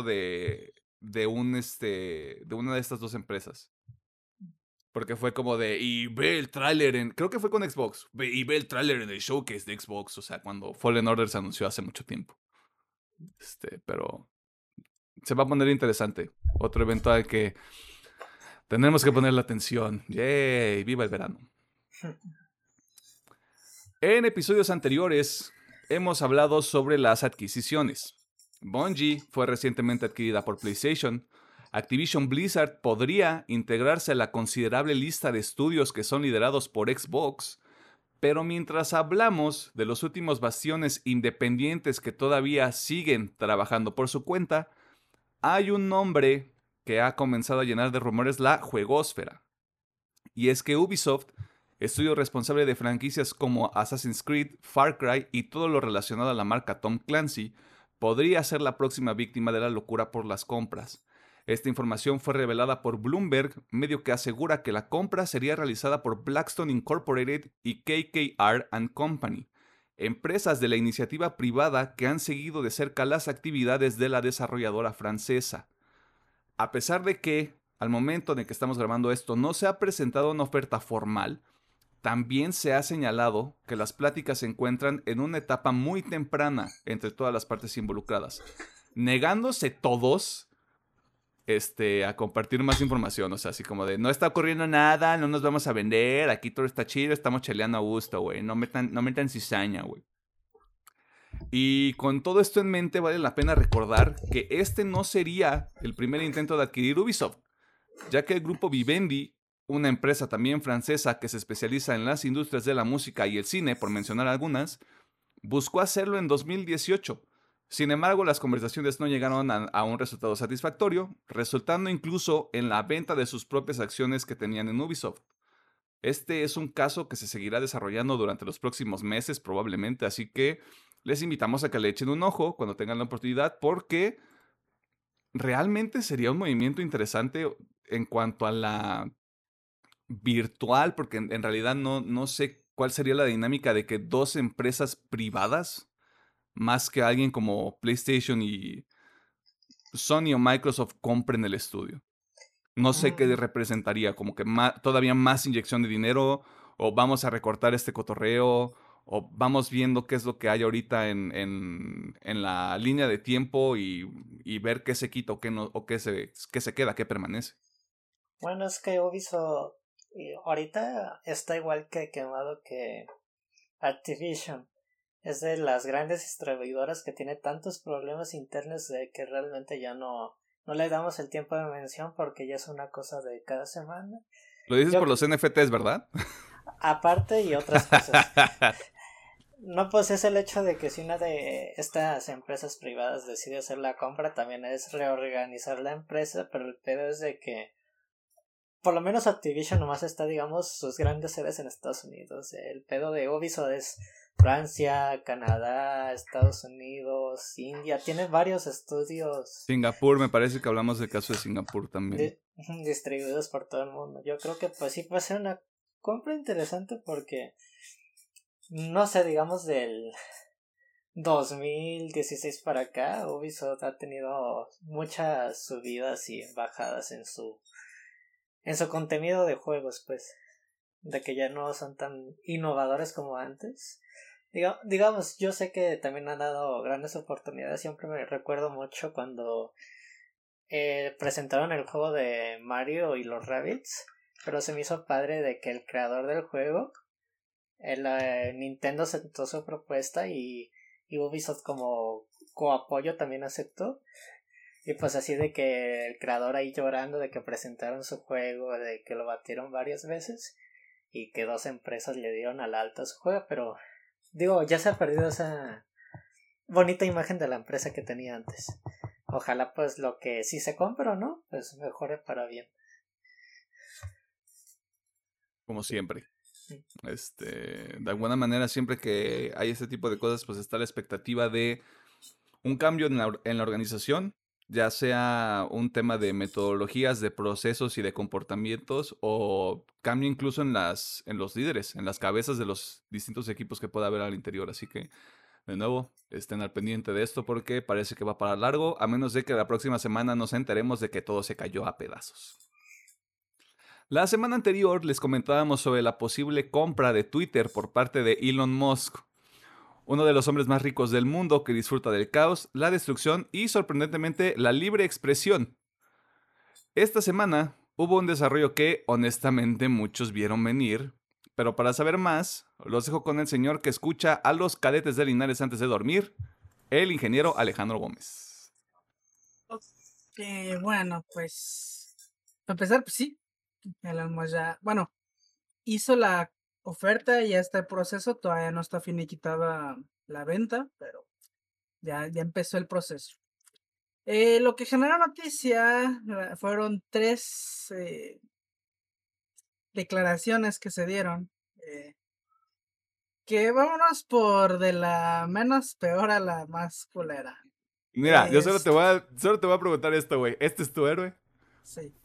de una de estas dos empresas. Porque fue como de, y ve el tráiler creo que fue con Xbox, y ve el tráiler en el showcase de Xbox, o sea, cuando Fallen Order se anunció hace mucho tiempo. Pero se va a poner interesante. Otro evento al que tendremos que poner la atención. ¡Yay! ¡Viva el verano! En episodios anteriores hemos hablado sobre las adquisiciones. Bungie fue recientemente adquirida por PlayStation. Activision Blizzard podría integrarse a la considerable lista de estudios que son liderados por Xbox. Pero mientras hablamos de los últimos bastiones independientes que todavía siguen trabajando por su cuenta, hay un nombre que ha comenzado a llenar de rumores la juegosfera. Y es que Ubisoft, estudio responsable de franquicias como Assassin's Creed, Far Cry y todo lo relacionado a la marca Tom Clancy, podría ser la próxima víctima de la locura por las compras. Esta información fue revelada por Bloomberg, medio que asegura que la compra sería realizada por Blackstone Incorporated y KKR Company, empresas de la iniciativa privada que han seguido de cerca las actividades de la desarrolladora francesa. A pesar de que, al momento en el que estamos grabando esto, no se ha presentado una oferta formal, también se ha señalado que las pláticas se encuentran en una etapa muy temprana entre todas las partes involucradas, negándose todos a compartir más información. O sea, así como de, no está ocurriendo nada, no nos vamos a vender, aquí todo está chido, estamos cheleando a gusto, güey, no metan cizaña, güey. Y con todo esto en mente, vale la pena recordar que este no sería el primer intento de adquirir Ubisoft, ya que el grupo Vivendi, una empresa también francesa que se especializa en las industrias de la música y el cine, por mencionar algunas, buscó hacerlo en 2018. Sin embargo, las conversaciones no llegaron a un resultado satisfactorio, resultando incluso en la venta de sus propias acciones que tenían en Ubisoft. Este es un caso que se seguirá desarrollando durante los próximos meses probablemente, así que les invitamos a que le echen un ojo cuando tengan la oportunidad porque realmente sería un movimiento interesante en cuanto a la virtual, porque en realidad no sé cuál sería la dinámica de que dos empresas privadas, más que alguien como PlayStation y Sony o Microsoft, compren el estudio. No sé qué Mm, representaría, como que todavía más inyección de dinero, o vamos a recortar este cotorreo, o vamos viendo qué es lo que hay ahorita en la línea de tiempo y ver qué se quita o qué, no, o qué se queda, qué permanece. Bueno, es que Ubisoft ahorita está igual que quemado que Activision. Es de las grandes distribuidoras que tiene tantos problemas internos de que realmente ya no no le damos el tiempo de mención porque ya es una cosa de cada semana. Lo dices por los NFTs, ¿verdad? Aparte y otras cosas. No, pues es el hecho de que si una de estas empresas privadas decide hacer la compra, también es reorganizar la empresa, pero el pedo es de que por lo menos Activision nomás está, digamos, sus grandes sedes en Estados Unidos. El pedo de Ubisoft es Francia, Canadá, Estados Unidos, India. Tiene varios estudios. Singapur, me parece que hablamos del caso de Singapur también. Distribuidos por todo el mundo. Yo creo que pues sí puede ser una compra interesante porque no sé, digamos del 2016 para acá, Ubisoft ha tenido muchas subidas y bajadas en su contenido de juegos, pues, de que ya no son tan innovadores como antes. Digamos, yo sé que también han dado grandes oportunidades. Siempre me recuerdo mucho cuando presentaron el juego de Mario y los Rabbids, pero se me hizo padre de que el creador del juego, Nintendo aceptó su propuesta y Ubisoft como coapoyo también aceptó. Y pues así de que el creador ahí llorando de que presentaron su juego, de que lo batieron varias veces y que 2 empresas le dieron al alta a su juego, pero digo, ya se ha perdido esa bonita imagen de la empresa que tenía antes. Ojalá pues lo que si se compra o no, pues mejore para bien. Como siempre. De alguna manera, siempre que hay este tipo de cosas, pues está la expectativa de un cambio en la organización, ya sea un tema de metodologías, de procesos y de comportamientos, o cambio incluso en los líderes, en las cabezas de los distintos equipos que pueda haber al interior. Así que, de nuevo, estén al pendiente de esto porque parece que va para largo, a menos de que la próxima semana nos enteremos de que todo se cayó a pedazos. La semana anterior les comentábamos sobre la posible compra de Twitter por parte de Elon Musk, uno de los hombres más ricos del mundo que disfruta del caos, la destrucción y, sorprendentemente, la libre expresión. Esta semana hubo un desarrollo que, honestamente, muchos vieron venir, pero para saber más, los dejo con el señor que escucha a los cadetes de Linares antes de dormir, el ingeniero Alejandro Gómez. Bueno, pues, para empezar, pues sí, Elon Musk ya, bueno, hizo la oferta y ya está el proceso, todavía no está finiquitada la venta, pero ya empezó el proceso. Lo que generó noticia fueron 3 declaraciones que se dieron. Que vámonos por de la menos peor a la más culera. Mira, yo solo te voy a preguntar esto, güey. ¿Este es tu héroe? Sí.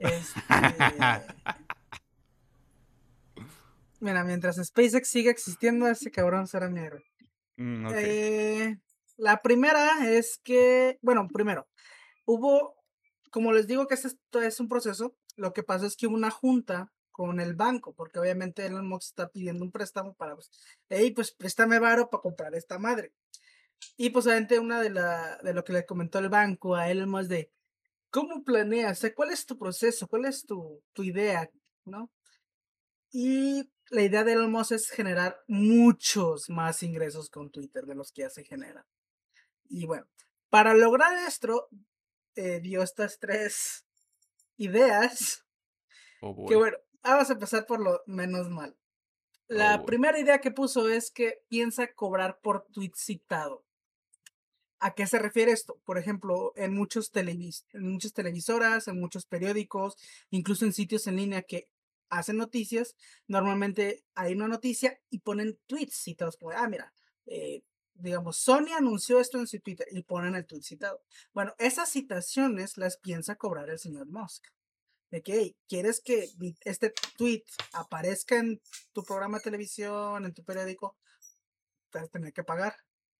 Mira, mientras SpaceX siga existiendo, ese cabrón será mi héroe. Okay. La primera es que, bueno, primero, como les digo que esto es un proceso, lo que pasa es que hubo una junta con el banco, porque obviamente Elon Musk está pidiendo un préstamo para, pues préstame varo para comprar esta madre. Y pues obviamente una de lo que le comentó el banco a Elon Musk de, ¿cómo planeas? O sea, ¿cuál es tu proceso? ¿Cuál es tu idea? ¿No? Y la idea de Elon Musk es generar muchos más ingresos con Twitter de los que ya se generan. Y bueno, para lograr esto, dio estas 3 ideas. Que bueno, vamos a empezar por lo menos mal. La primera idea que puso es que piensa cobrar por tweet citado. ¿A qué se refiere esto? Por ejemplo, en muchas televisoras, en muchos periódicos, incluso en sitios en línea que hacen noticias, normalmente hay una noticia y ponen tweets citados, como, mira, digamos, Sony anunció esto en su Twitter y ponen el tweet citado. Bueno, esas citaciones las piensa cobrar el señor Musk. De que, hey, ¿quieres que este tweet aparezca en tu programa de televisión, en tu periódico? Vas a tener que pagar.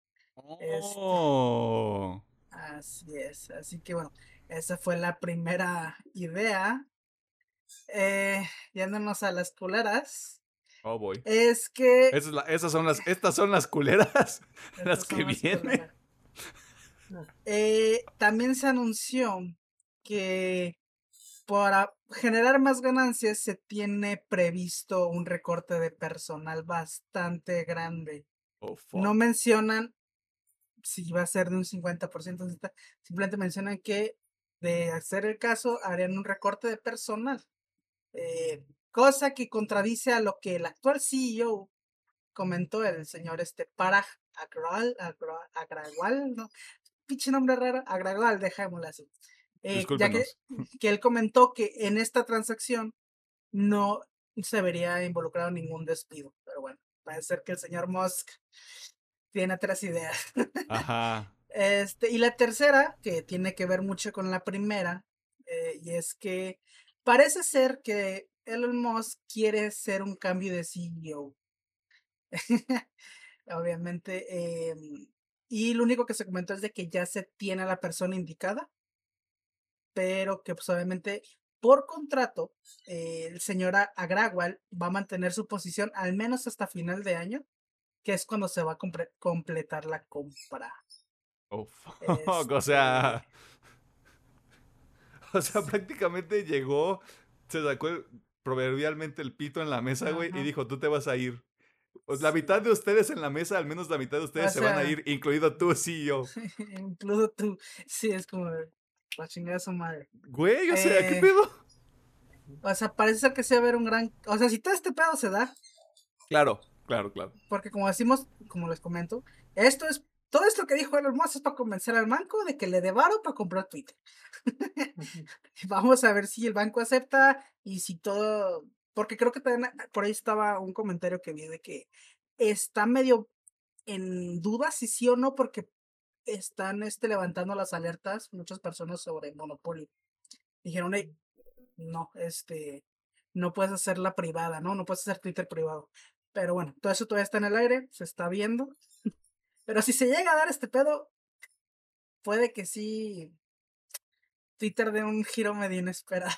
Así es. Así que bueno, esa fue la primera idea. Yéndonos a las culeras. Oh boy. Es que. Estas son las culeras. Las que vienen. También se anunció que para generar más ganancias se tiene previsto un recorte de personal bastante grande. No mencionan si va a ser de un 50%, simplemente mencionan que de hacer el caso, harían un recorte de personal. Cosa que contradice a lo que el actual CEO comentó, el señor Parag Agrawal, ¿no? Pinche nombre raro, Agrawal, dejémoslo así. Ya Discúlpenos. que él comentó que en esta transacción no se vería involucrado ningún despido. Pero bueno, parece ser que el señor Musk tiene otras ideas. Ajá. Y la tercera, que tiene que ver mucho con la primera, y es que parece ser que Elon Musk quiere hacer un cambio de CEO. Obviamente. Y lo único que se comentó es de que ya se tiene a la persona indicada, pero que pues obviamente por contrato el señor Agrawal va a mantener su posición al menos hasta final de año, que es cuando se va a completar la compra. Oh, fuck. O Este, sea, o sea, prácticamente llegó, se sacó proverbialmente el pito en la mesa, güey, y ajá, dijo, tú te vas a ir. Pues la mitad sí. de ustedes en la mesa, al menos la mitad de O ustedes se van a sea, ir, incluido tú, CEO. incluso tú, sí, es como la chingada de su madre. Güey, o sea, ¿qué Eh, pedo? o sea, parece ser que se va a ver un gran. O sea, si todo este pedo se da, Claro, claro, claro. porque como decimos, como les comento, esto es. Todo esto que dijo Elon Musk es para convencer al banco de que le dé varo para comprar Twitter. Vamos a ver si el banco acepta y si todo. Porque creo que también por ahí estaba un comentario que vi de que está medio en duda si sí o no, porque están levantando las alertas muchas personas sobre monopolio. Dijeron, hey, no, no puedes hacerla privada, ¿no? No puedes hacer Twitter privado. Pero bueno, todo eso todavía está en el aire, se está viendo. Pero si se llega a dar este pedo, puede que sí Twitter dé un giro medio inesperado.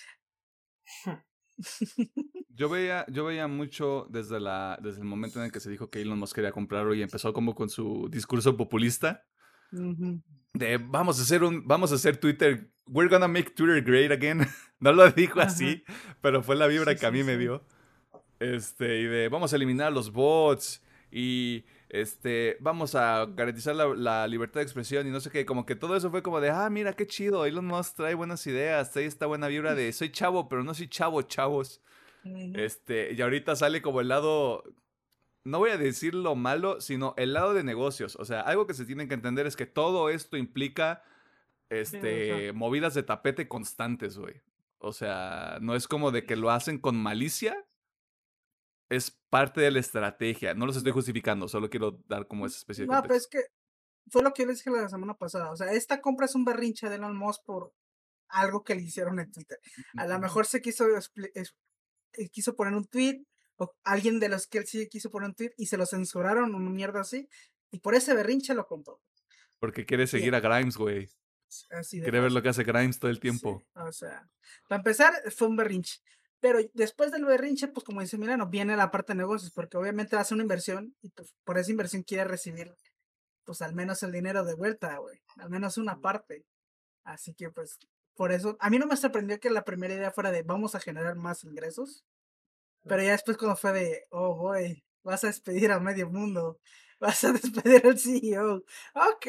Yo veía mucho desde el momento en el que se dijo que Elon Musk quería comprarlo y empezó como con su discurso populista Ujú, de vamos a hacer Twitter, we're gonna make Twitter great again. No lo dijo ajá, así, pero fue la vibra sí, que a sí, mí me sí. dio. Y de vamos a eliminar los bots y vamos a garantizar la libertad de expresión y no sé qué, como que todo eso fue como de, mira qué chido, Elon Musk trae buenas ideas, trae esta buena vibra de soy chavo, pero no soy chavo, chavos. Ujú, Y ahorita sale como el lado, no voy a decir lo malo, sino el lado de negocios. O sea, algo que se tiene que entender es que todo esto implica, sí, o sea, movidas de tapete constantes, güey. O sea, no es como de que lo hacen con malicia, es parte de la estrategia. No los estoy justificando, solo quiero dar como esa especie de no, pues es contexto. que fue lo que yo les dije la semana pasada. O sea, esta compra es un berrinche de Elon Musk por algo que le hicieron en Twitter. A lo mejor se quiso poner un tweet, o alguien de los que él sí quiso poner un tweet y se lo censuraron, una mierda así, y por ese berrinche lo compró. Porque quiere Y seguir a Grimes, güey. así de Quiere ver lo fácil. que hace Grimes todo el Sí, tiempo. o sea, para empezar fue un berrinche. Pero después del berrinche, pues como dice Milano, viene la parte de negocios, porque obviamente hace una inversión y pues, por esa inversión quiere recibir, pues al menos el dinero de vuelta, güey, al menos una parte. Así que pues, por eso, a mí no me sorprendió que la primera idea fuera de vamos a generar más ingresos, pero ya después cuando fue de, oh, boy, vas a despedir a medio mundo, vas a despedir al CEO, ok.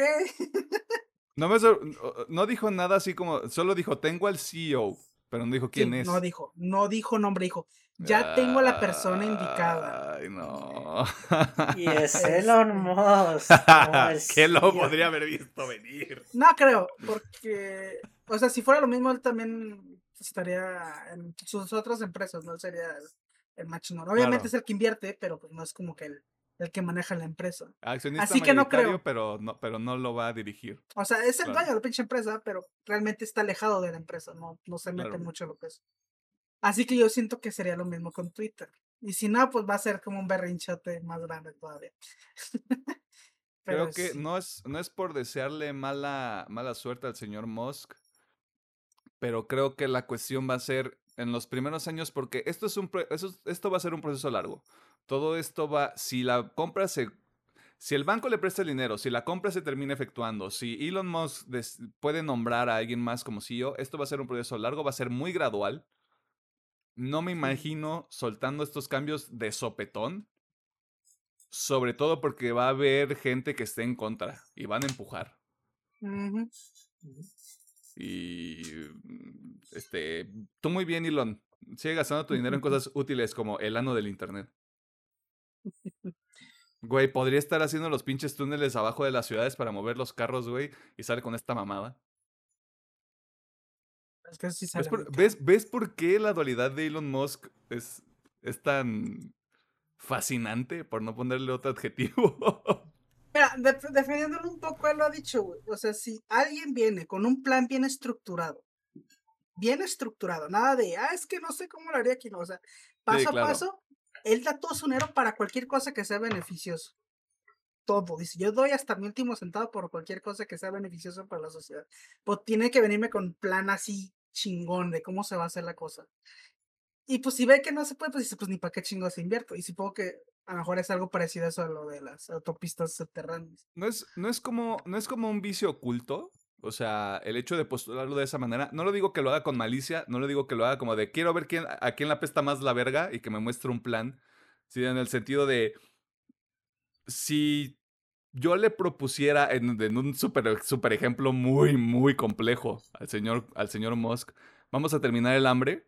No dijo nada así como, solo dijo, tengo al CEO, pero no dijo quién Sí, es. no dijo nombre, dijo, ya tengo a la persona indicada. Ay, no. Y es Elon Este, Musk como el ¿Qué lo CEO. podría haber visto venir? no creo, porque, o sea, si fuera lo mismo, él también estaría en sus otras empresas, no sería el más chingón. Obviamente Claro. es el que invierte, pero pues no es como que el que maneja la empresa. Accionista Así que no mayoritario, creo. pero no lo va a dirigir. O sea, es el Claro, dueño de la pinche empresa, pero realmente está alejado de la empresa, no se mete claro. mucho en lo que es. Así que yo siento que sería lo mismo con Twitter. Y si no, pues va a ser como un berrinchote más grande todavía. Pero Creo que sí. no es por desearle mala suerte al señor Musk, pero creo que la cuestión va a ser en los primeros años, porque esto va a ser un proceso largo. Todo esto va, si el banco le presta el dinero, si la compra se termina efectuando, si Elon Musk puede nombrar a alguien más como CEO, esto va a ser un proceso largo, va a ser muy gradual. No me Sí. imagino soltando estos cambios de sopetón, sobre todo porque va a haber gente que esté en contra y van a empujar. Ujú. Y tú muy bien, Elon. Sigue gastando tu dinero en cosas útiles como el ano del internet. Güey, podría estar haciendo los pinches túneles abajo de las ciudades para mover los carros, güey, y sale con esta mamada. Es que eso sí ¿Ves sale muy por, caro. ves por qué la dualidad de Elon Musk es tan fascinante, por no ponerle otro adjetivo? Mira, defendiéndolo un poco, él lo ha dicho, güey. O sea, si alguien viene con un plan bien estructurado, nada de, es que no sé cómo lo haría aquí, no. O sea, Sí, paso a claro. paso, él da todo su dinero para cualquier cosa que sea beneficioso. Todo. Dice, yo doy hasta mi último centavo por cualquier cosa que sea beneficioso para la sociedad. Pues tiene que venirme con un plan así chingón de cómo se va a hacer la cosa. Y pues si ve que no se puede, pues dice, pues ni para qué chingos invierto. Y supongo que a lo mejor es algo parecido a eso a lo de las autopistas subterráneas. No es como un vicio oculto. O sea, el hecho de postularlo de esa manera, no lo digo que lo haga con malicia, no lo digo que lo haga como de quiero ver a quién le apesta más la verga y que me muestre un plan, sino en el sentido de si yo le propusiera en un super ejemplo muy, muy complejo al señor Musk, vamos a terminar el hambre.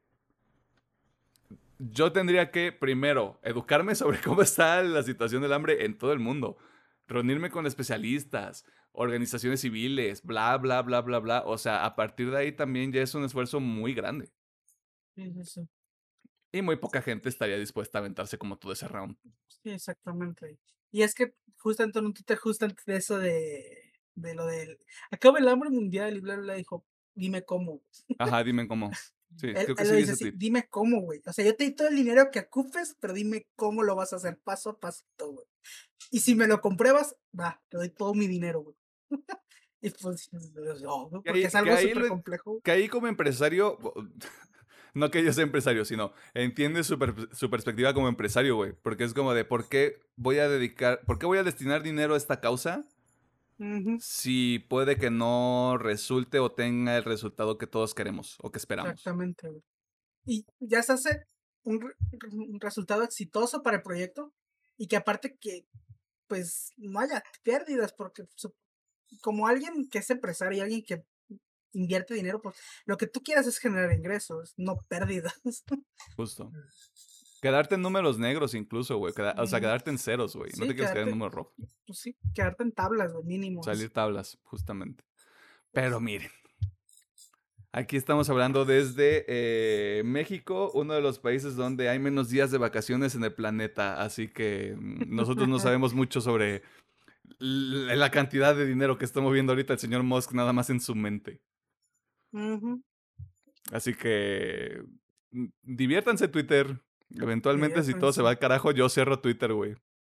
Yo tendría que, primero, educarme sobre cómo está la situación del hambre en todo el mundo. Reunirme con especialistas, organizaciones civiles, bla, bla, bla, bla, bla. O sea, a partir de ahí también ya es un esfuerzo muy grande. Sí, sí, sí. Y muy poca gente estaría dispuesta a aventarse como todo ese round. Sí, exactamente. Y es que justamente en un Twitter, justo antes de eso de lo del acaba el hambre mundial y bla, bla, bla, dijo, dime cómo. Ajá, dime cómo. Sí, Él, creo que él sí lo vi dice ese así, tweet. dime cómo, güey. O sea, yo te di todo el dinero que ocupes, pero dime cómo lo vas a hacer paso a paso, güey. Y si me lo compruebas, va, te doy todo mi dinero, güey. Y pues, no, ¿no? Que Porque ahí, es que algo ahí, súper complejo. que ahí como empresario, no que yo sea empresario, sino entiende su perspectiva como empresario, güey. Porque es como de, por qué voy a destinar dinero a esta causa Ujú, si puede que no resulte o tenga el resultado que todos queremos o que esperamos? exactamente, güey. Y ya se hace un resultado exitoso para el proyecto y que aparte que pues no haya pérdidas, porque como alguien que es empresario y alguien que invierte dinero, pues lo que tú quieras es generar ingresos, no pérdidas. Justo. Quedarte en números negros incluso, güey. O sea, Ujú. quedarte en ceros, güey. No te Sí, quieres quedar en quedarte, números rojos. pues sí, quedarte en tablas, güey, mínimo. Salir tablas, justamente. Pero Pues, miren. Aquí estamos hablando desde México, uno de los países donde hay menos días de vacaciones en el planeta. Así que nosotros no sabemos mucho sobre la cantidad de dinero que está moviendo ahorita el señor Musk nada más en su mente. ujú, Así que diviértanse Twitter. Eventualmente, si todo se diviértanse. va al carajo, yo cierro Twitter, güey.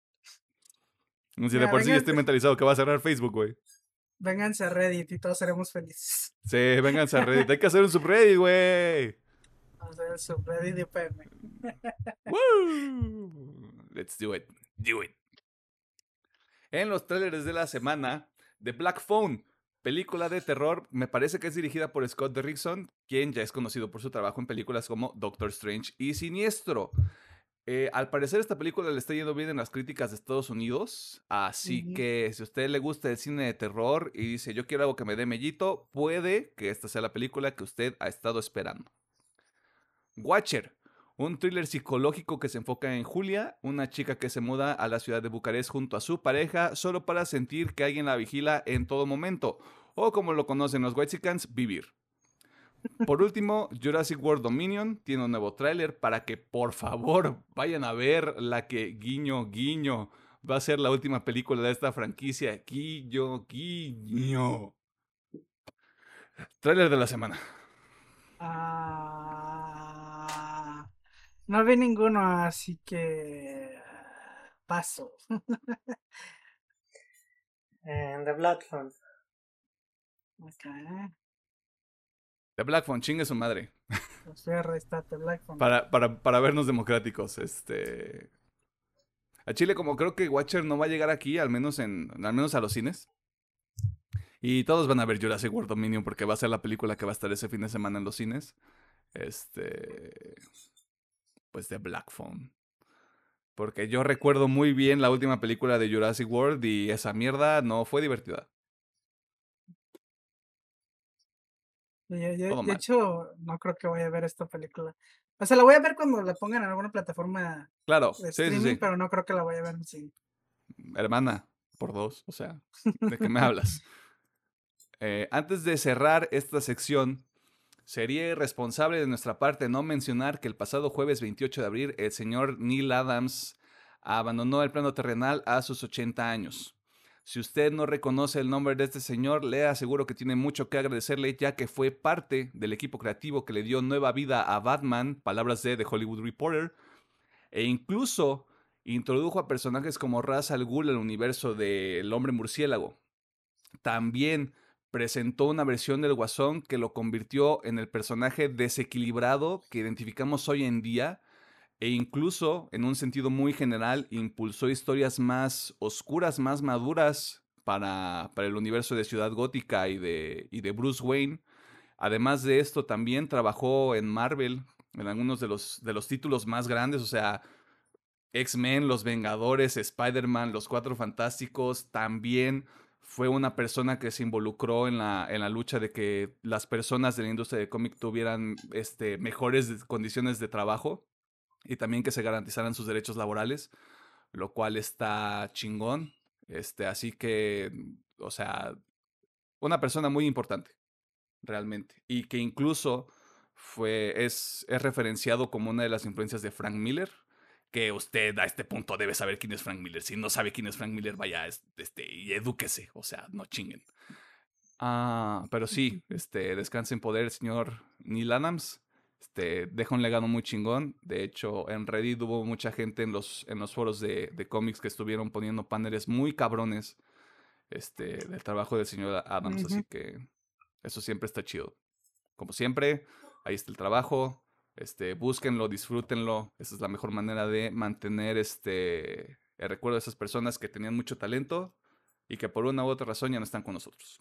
Si de Mira, por sí ya estoy mentalizado que va a cerrar Facebook, güey. vénganse a Reddit y todos seremos felices. Sí, vénganse a Reddit. Hay que hacer un subreddit, güey. Vamos a ver el subreddit de PM. Woo! Let's do it. Do it. En los trailers de la semana, The Black Phone, película de terror, me parece que es dirigida por Scott Derrickson, quien ya es conocido por su trabajo en películas como Doctor Strange y Siniestro. Al parecer esta película le está yendo bien en las críticas de Estados Unidos, así Ujú. que si a usted le gusta el cine de terror y dice yo quiero algo que me dé mellito, puede que esta sea la película que usted ha estado esperando. Watcher, un thriller psicológico que se enfoca en Julia, una chica que se muda a la ciudad de Bucarest junto a su pareja solo para sentir que alguien la vigila en todo momento, o como lo conocen los Whitexicans, vivir. Por último, Jurassic World Dominion tiene un nuevo tráiler para que por favor vayan a ver la que guiño guiño va a ser la última película de esta franquicia. Guiño guiño. Tráiler de la semana. Ah, no vi ninguno, así que paso. En The Bloodhound. Ok, The Black Phone, chingue su madre. los voy a restate Black Phone. Para vernos democráticos. A Chile, como creo que Watcher no va a llegar aquí, al menos a los cines. Y todos van a ver Jurassic World Dominion porque va a ser la película que va a estar ese fin de semana en los cines. Pues de Black Phone. Porque yo recuerdo muy bien la última película de Jurassic World y esa mierda no fue divertida. De Todo mal. hecho, no creo que vaya a ver esta película. O sea, la voy a ver cuando la pongan en alguna plataforma Claro, de sí, sí, streaming, sí. pero no creo que la vaya a ver en cine. Hermana, por dos, o sea, ¿de qué me hablas? Antes de cerrar esta sección, sería irresponsable de nuestra parte no mencionar que el pasado jueves 28 de abril el señor Neil Adams abandonó el plano terrenal a sus 80 años. Si usted no reconoce el nombre de este señor, le aseguro que tiene mucho que agradecerle, ya que fue parte del equipo creativo que le dio nueva vida a Batman, palabras de The Hollywood Reporter, e incluso introdujo a personajes como Ra's al Ghul al universo del Hombre Murciélago. También presentó una versión del Guasón que lo convirtió en el personaje desequilibrado que identificamos hoy en día, e incluso, en un sentido muy general, impulsó historias más oscuras, más maduras para el universo de Ciudad Gótica y de Bruce Wayne. Además de esto, también trabajó en Marvel, en algunos de los títulos más grandes, o sea, X-Men, Los Vengadores, Spider-Man, Los Cuatro Fantásticos. También fue una persona que se involucró en la lucha de que las personas de la industria de cómic tuvieran mejores condiciones de trabajo y también que se garantizaran sus derechos laborales, lo cual está chingón. Así que, o sea, una persona muy importante, realmente. Y que incluso es referenciado como una de las influencias de Frank Miller. Que usted a este punto debe saber quién es Frank Miller. Si no sabe quién es Frank Miller, vaya, y edúquese. O sea, no chinguen. Pero sí, descanse en poder, señor Neil Adams. Deja un legado muy chingón. De hecho, en Reddit hubo mucha gente en los foros de cómics que estuvieron poniendo paneles muy cabrones del trabajo del señor Adams. Así Ujú. que eso siempre está chido. Como siempre, ahí está el trabajo. Búsquenlo, disfrútenlo. Esa es la mejor manera de mantener el recuerdo de esas personas que tenían mucho talento y que por una u otra razón ya no están con nosotros.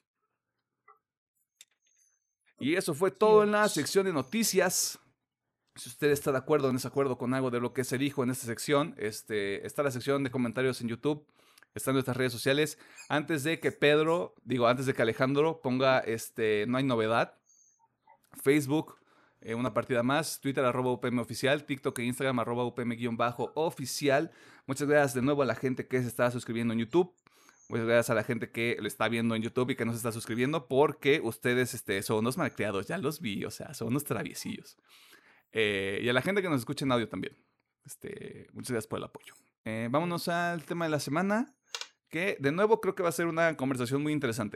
Y eso fue todo en la Dios. sección de noticias. Si usted está de acuerdo o en desacuerdo con algo de lo que se dijo en esta sección, está la sección de comentarios en YouTube, está en nuestras redes sociales. Antes de que Alejandro ponga no hay novedad, Facebook, una partida más, Twitter @UPM oficial, TikTok e Instagram @UPM_oficial. Muchas gracias de nuevo a la gente que se está suscribiendo en YouTube. Muchas gracias a la gente que lo está viendo en YouTube y que no se está suscribiendo, porque ustedes son unos malcriados, ya los vi, o sea, son unos traviesillos. Y a la gente que nos escucha en audio también. Muchas gracias por el apoyo. Vámonos al tema de la semana, que de nuevo creo que va a ser una conversación muy interesante.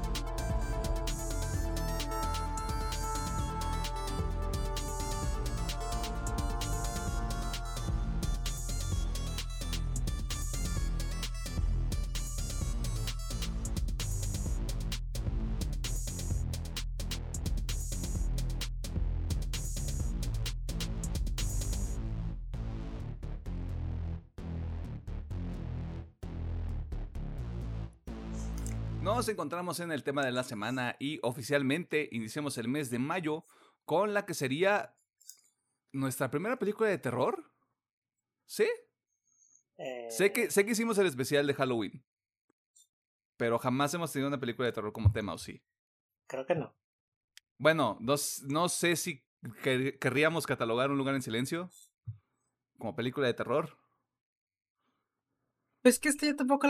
Nos encontramos en el tema de la semana y oficialmente iniciamos el mes de mayo con la que sería nuestra primera película de terror. ¿Sí? Sé que hicimos el especial de Halloween, pero jamás hemos tenido una película de terror como tema, ¿o sí? Creo que no. Bueno, no sé si querríamos catalogar Un lugar en silencio como película de terror. Pues que yo tampoco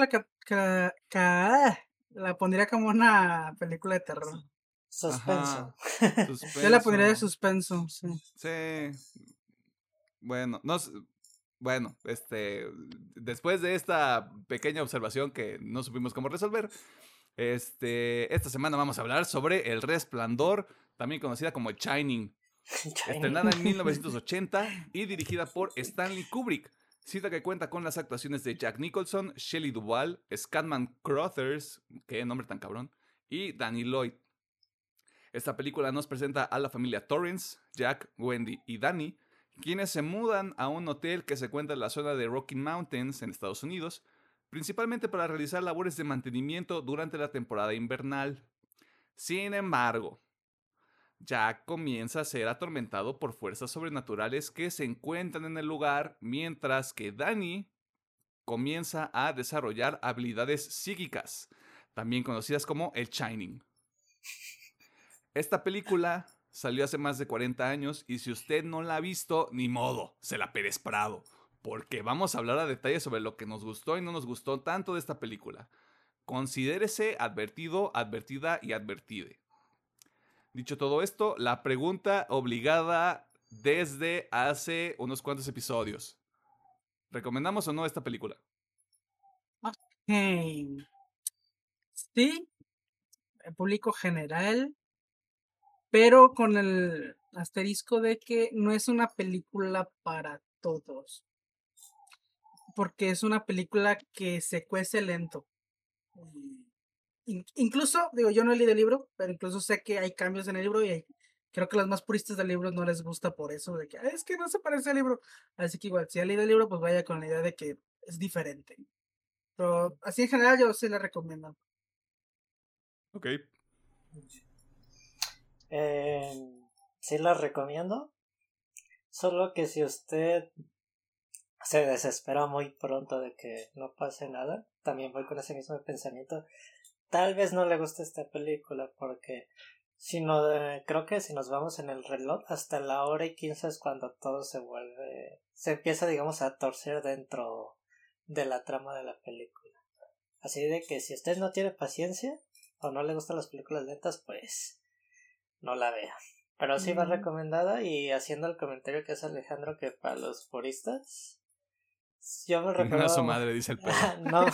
la pondría como una película de terror. Suspenso. Ajá. Yo la pondría de Suspenso. suspenso, sí. Sí. Bueno, no sé. Bueno, después de esta pequeña observación que no supimos cómo resolver, esta semana vamos a hablar sobre El Resplandor, también conocida como Shining, estrenada en 1980 y dirigida por Stanley Kubrick. Cita que cuenta con las actuaciones de Jack Nicholson, Shelley Duvall, Scatman Crothers, qué nombre tan cabrón, y Danny Lloyd. Esta película nos presenta a la familia Torrance, Jack, Wendy y Danny, quienes se mudan a un hotel que se encuentra en la zona de Rocky Mountains en Estados Unidos, principalmente para realizar labores de mantenimiento durante la temporada invernal. Sin embargo, Jack comienza a ser atormentado por fuerzas sobrenaturales que se encuentran en el lugar, mientras que Danny comienza a desarrollar habilidades psíquicas, también conocidas como el Shining. Esta película salió hace más de 40 años y si usted no la ha visto, ni modo, se la Pérez Prado. Porque vamos a hablar a detalle sobre lo que nos gustó y no nos gustó tanto de esta película. Considérese advertido, advertida y advertide. Dicho todo esto, la pregunta obligada desde hace unos cuantos episodios. ¿Recomendamos o no esta película? Sí, el público general, pero con el asterisco de que no es una película para todos. Porque es una película que se cuece lento. Incluso, digo, yo no he leído el libro, pero incluso sé que hay cambios en el libro y creo que los más puristas del libro no les gusta por eso, de que es que no se parece al libro. Así que igual, si ha leído el libro, pues vaya con la idea de que es diferente. Pero así en general yo sí la recomiendo. Ok. Sí la recomiendo. Solo que si usted se desespera muy pronto de que no pase nada, también voy con ese mismo pensamiento. Tal vez no le guste esta película porque creo que si nos vamos en el reloj hasta la 1:15 es cuando todo se empieza, digamos, a torcer dentro de la trama de la película. Así de que si usted no tiene paciencia o no le gustan las películas lentas, pues no la vea. Pero sí va recomendada, y haciendo el comentario que hace Alejandro, que para los puristas, yo me recuerdo... A su madre, dice el perro. No.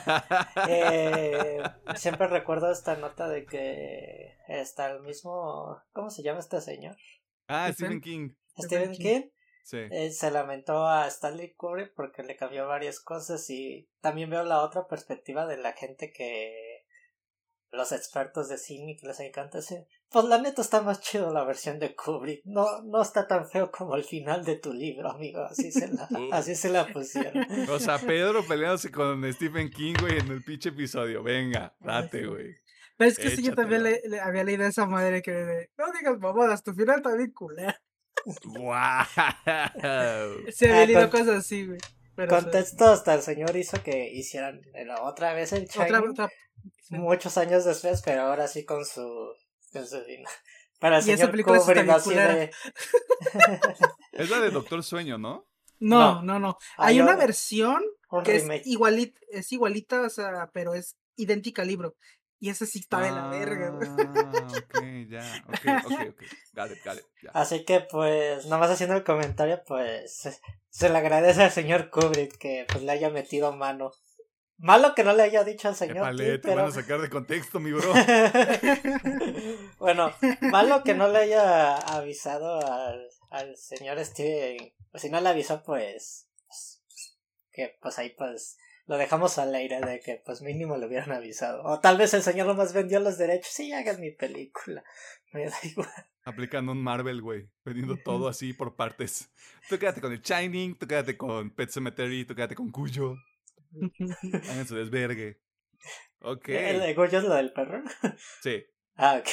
Siempre recuerdo esta nota de que está el mismo... ¿Cómo se llama este señor? Stephen King. Stephen King. Sí. Se lamentó a Stanley Kubrick porque le cambió varias cosas, y también veo la otra perspectiva de la gente que... los expertos de cine que les encanta decir, pues la neta está más chido la versión de Kubrick, no está tan feo como el final de tu libro, amigo, así se la pusieron. O sea, Pedro peleándose con Stephen King, güey, en el pinche episodio. Venga, date, güey. Pero es que sí, yo también le había leído a esa madre que no digas mamadas, tu final está bien culera. ¡Guau! Se había leído cosas así, güey. Contexto, hasta el señor hizo que hicieran otra vez el Shining, muchos años después, pero ahora sí con su final. Para el señor Kubrick así de... Es la de Doctor Sueño, ¿no? No. Hay una versión que es igualita, o sea, pero es idéntica al libro. Y esa sí está de la verga, güey. Ok, ya. Ok. Got it, ya. Así que, pues, nomás haciendo el comentario, pues, se le agradece al señor Kubrick que, pues, le haya metido mano. Malo que no le haya dicho al señor King, te van a sacar de contexto, mi bro. Bueno, malo que no le haya avisado al señor Steven. Pues si no le avisó, pues que pues ahí pues lo dejamos al aire de que pues mínimo le hubieran avisado. O tal vez el señor nomás vendió los derechos. Sí, hagan mi película. Me da igual. Aplicando un Marvel, güey. Vendiendo todo así por partes. Tú quédate con el Shining, tú quédate con Pet Sematary, tú quédate con Cuyo. Hagan su desvergue. Ok. ¿El de Goyo es lo del perro? Sí. Ok.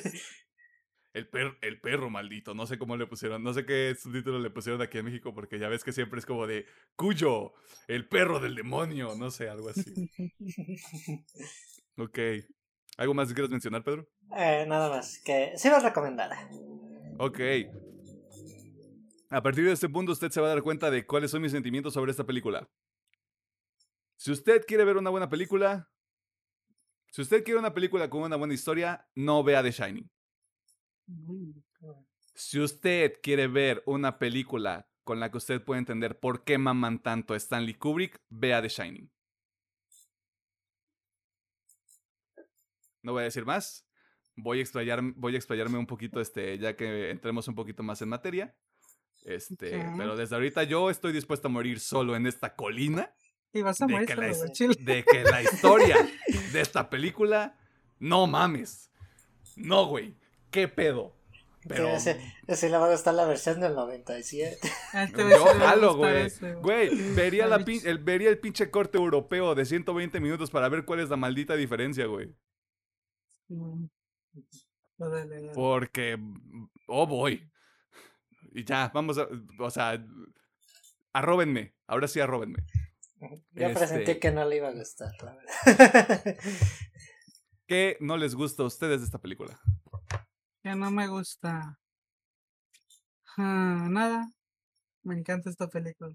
El perro maldito. No sé cómo le pusieron. No sé qué subtítulo le pusieron aquí en México. Porque ya ves que siempre es como de Cuyo, el perro del demonio. No sé, algo así. Ok. ¿Algo más que quieras mencionar, Pedro? Nada más. Que sí va recomendada. Ok. A partir de este punto usted se va a dar cuenta de cuáles son mis sentimientos sobre esta película. Si usted quiere ver una buena película, si usted quiere una película con una buena historia, no vea The Shining. Si usted quiere ver una película con la que usted puede entender por qué maman tanto a Stanley Kubrick, vea The Shining. No voy a decir más. Voy a explayarme un poquito, ya que entremos un poquito más en materia. Pero desde ahorita yo estoy dispuesto a morir solo en esta colina. Y vas a morir de que la historia de esta película, no mames. No, güey. ¿Qué pedo? Pero... Ese le va a gustar la versión del 97. Yo jalo, güey. Güey, vería el pinche corte europeo de 120 minutos para ver cuál es la maldita diferencia, güey. Porque... Oh, boy. Y ya, vamos a... O sea... Arróbenme. Ahora sí, arróbenme. Yo presentí que no le iba a gustar, la verdad. ¿Qué no les gusta a ustedes de esta película? Que no me gusta. Nada. Me encanta esta película.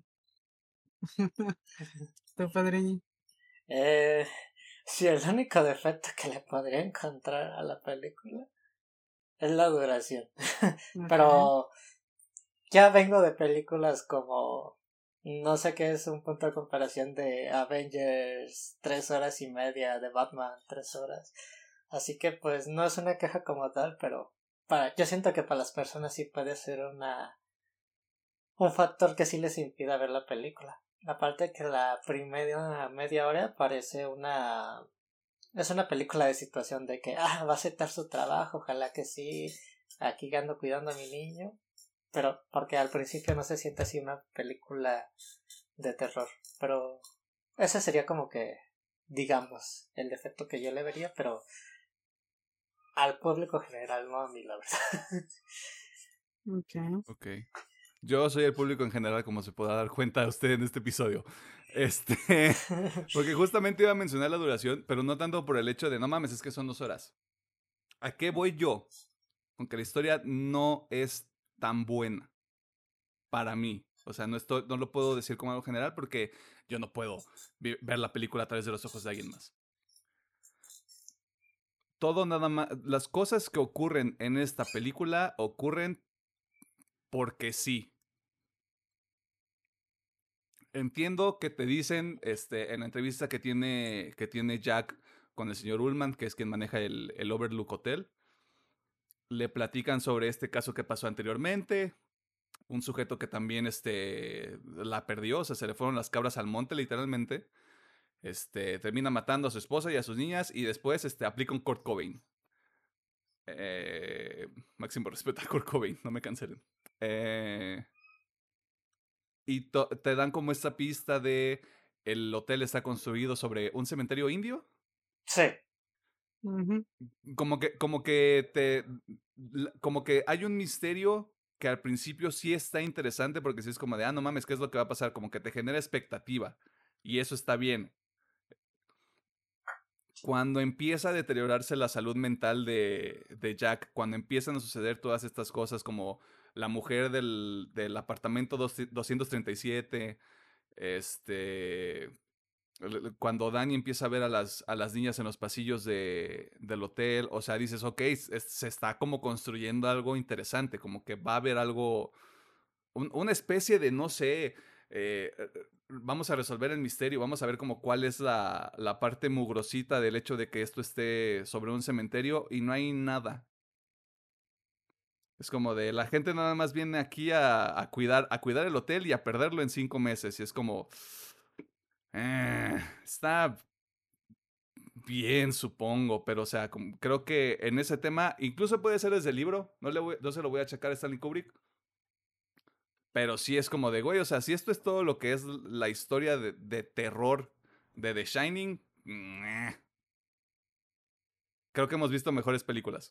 ¿Tu padriño? Eh, sí, el único defecto que le podría encontrar a la película es la duración. Ok. Pero ya vengo de películas como... No sé qué es un punto de comparación de Avengers 3 horas y media, de Batman 3 horas. Así que pues no es una queja como tal, pero yo siento que para las personas sí puede ser un factor que sí les impida ver la película. Aparte que la primera media hora parece es una película de situación de que va a aceptar su trabajo, ojalá que sí, aquí ando cuidando a mi niño, pero porque al principio no se siente así una película de terror, pero ese sería como que, digamos, el defecto que yo le vería, pero al público general, no a mí, la verdad. Ok. Ok. Yo soy el público en general, como se podrá dar cuenta usted en este episodio. Este, porque justamente iba a mencionar la duración, pero no tanto por el hecho de, no mames, es que son 2 horas. ¿A qué voy yo? Aunque la historia no es tan buena para mí. O sea, no lo puedo decir como algo general porque yo no puedo ver la película a través de los ojos de alguien más. Todo nada más, las cosas que ocurren en esta película ocurren porque sí. Entiendo que te dicen en la entrevista que tiene Jack con el señor Ullman, que es quien maneja el Overlook Hotel. Le platican sobre este caso que pasó anteriormente. Un sujeto que también la perdió, o sea, se le fueron las cabras al monte, literalmente. Termina matando a su esposa y a sus niñas y después aplica un Kurt Cobain. Máximo respeto a Kurt Cobain, no me cancelen. Y te dan como esta pista de el hotel está construido sobre un cementerio indio. Sí. Ujú. Como que hay un misterio que al principio sí está interesante porque sí es como de, no mames, ¿qué es lo que va a pasar? Como que te genera expectativa y eso está bien. Cuando empieza a deteriorarse la salud mental de Jack, cuando empiezan a suceder todas estas cosas como la mujer del apartamento 237, este, cuando Danny empieza a ver a las niñas en los pasillos del hotel, o sea, dices, ok, se está como construyendo algo interesante, como que va a haber algo, una especie de, no sé, vamos a resolver el misterio, vamos a ver como cuál es la parte mugrosita del hecho de que esto esté sobre un cementerio y no hay nada. Es como de la gente nada más viene aquí a cuidar el hotel y a perderlo en 5 meses. Y es como, está bien, supongo, pero o sea, creo que en ese tema, incluso puede ser desde el libro, no se lo voy a checar a Stanley Kubrick, pero sí es como de, güey, o sea, si esto es todo lo que es la historia de terror de The Shining, creo que hemos visto mejores películas.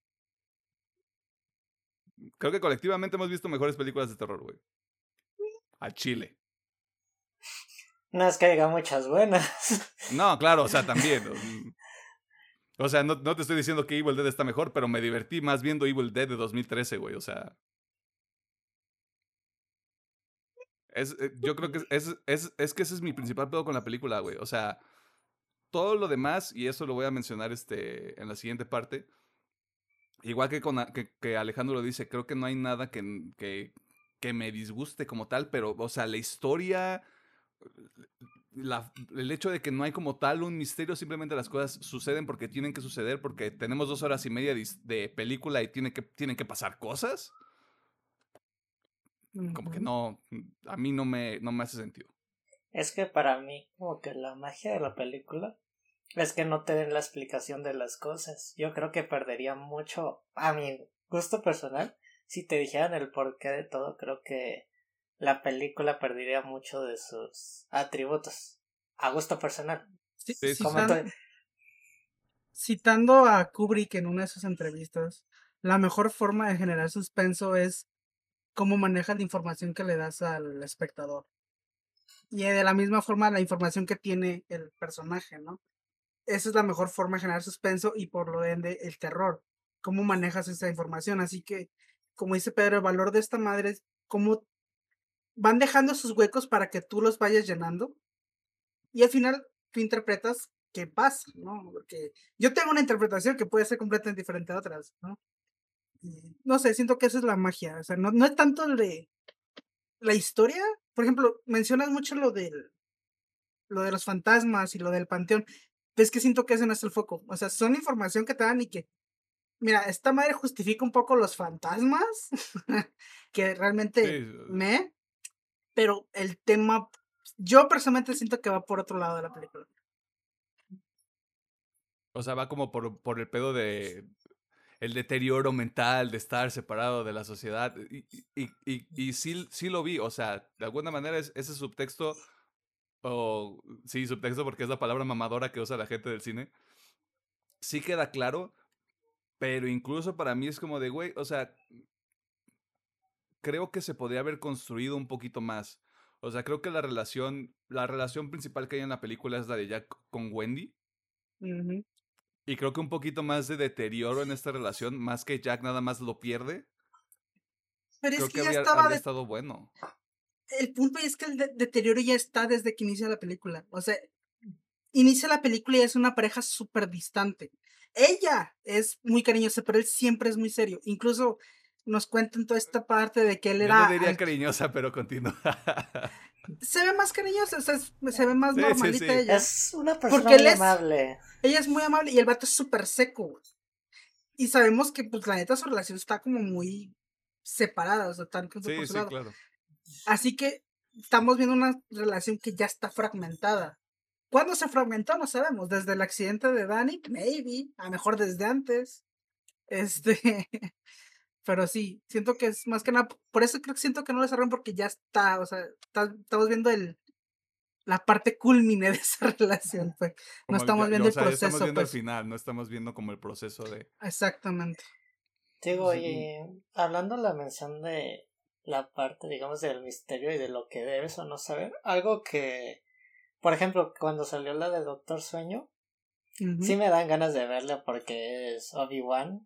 Creo que colectivamente hemos visto mejores películas de terror, güey. A Chile. No es que haya muchas buenas. No, claro, o sea, también. O sea, no te estoy diciendo que Evil Dead está mejor, pero me divertí más viendo Evil Dead de 2013, güey. O sea, yo creo que es que ese es mi principal pedo con la película, güey. O sea, todo lo demás, y eso lo voy a mencionar en la siguiente parte, igual que Alejandro lo dice, creo que no hay nada que me disguste como tal, pero, o sea, la historia, el hecho de que no hay como tal un misterio, simplemente las cosas suceden porque tienen que suceder, porque tenemos 2 horas y media de película y tienen que pasar cosas, como que Ujú. no, a mí no me hace sentido. Es que para mí, como que la magia de la película es que no te den la explicación de las cosas. Yo creo que perdería mucho, a mi gusto personal, si te dijeran el porqué de todo. Creo que la película perdería mucho de sus atributos. A gusto personal. Sí, Sí, sí, sí. Como tú, citando a Kubrick en una de sus entrevistas, la mejor forma de generar suspenso es cómo manejas la información que le das al espectador. Y de la misma forma la información que tiene el personaje, ¿no? Esa es la mejor forma de generar suspenso y por lo ende el terror. cómo manejas esa información. Así que, como dice Pedro, el valor de esta madre es cómo van dejando sus huecos para que tú los vayas llenando y al final tú interpretas qué pasa, ¿no? Porque yo tengo una interpretación que puede ser completamente diferente a otras, ¿no? Y, no sé, siento que esa es la magia, o sea, no es tanto el de la historia. Por ejemplo, mencionas mucho lo de los fantasmas y lo del panteón, pero es que siento que ese no es el foco, o sea, son información que te dan y que, mira, esta madre justifica un poco los fantasmas, que realmente Sí, pero el tema, yo personalmente siento que va por otro lado de la película. o sea, va como por el pedo de el deterioro mental de estar separado de la sociedad. Y sí lo vi, o sea, de alguna manera ese subtexto, o sí, subtexto porque es la palabra mamadora que usa la gente del cine, sí queda claro, pero incluso para mí es como de, güey, o sea, creo que se podría haber construido un poquito más. O sea, creo que la relación principal que hay en la película es la de Jack con Wendy. Ujú. Y creo que un poquito más de deterioro en esta relación, más que Jack nada más lo pierde, Pero es creo que que ya habría estado bueno. el punto es que el deterioro ya está desde que inicia la película, o sea, inicia la película y es una pareja súper distante. Ella es muy cariñosa, pero él siempre es muy serio. Incluso nos cuentan toda esta parte de que él Yo no era diría cariñosa, pero continúa. se ve más cariñosa, o sea, se ve más Sí, sí, normalita sí. ella. Es una persona Porque muy amable. ella es muy amable y el vato es súper seco, güey. Y sabemos que, pues, la neta, su relación está como muy separada, o sea, están cada uno por Sí, su sí, lado. claro. Así que estamos viendo una relación que ya está fragmentada. ¿Cuándo se fragmentó? No sabemos. Desde el accidente de Danny, maybe, a lo mejor desde antes. Este, pero sí, siento que es más que nada, por eso creo que siento que no lo cerraron porque ya está, o sea, estamos viendo la parte culmine de esa relación, pues. No Como estamos viendo o el sea, ya estamos proceso, viendo el pues. final, no estamos viendo como el proceso de... Exactamente. Digo, y hablando la mención de la parte, digamos, del misterio y de lo que debes o no saber, algo que, por ejemplo, cuando salió la de Doctor Sueño, sí me dan ganas de verla porque es Obi-Wan.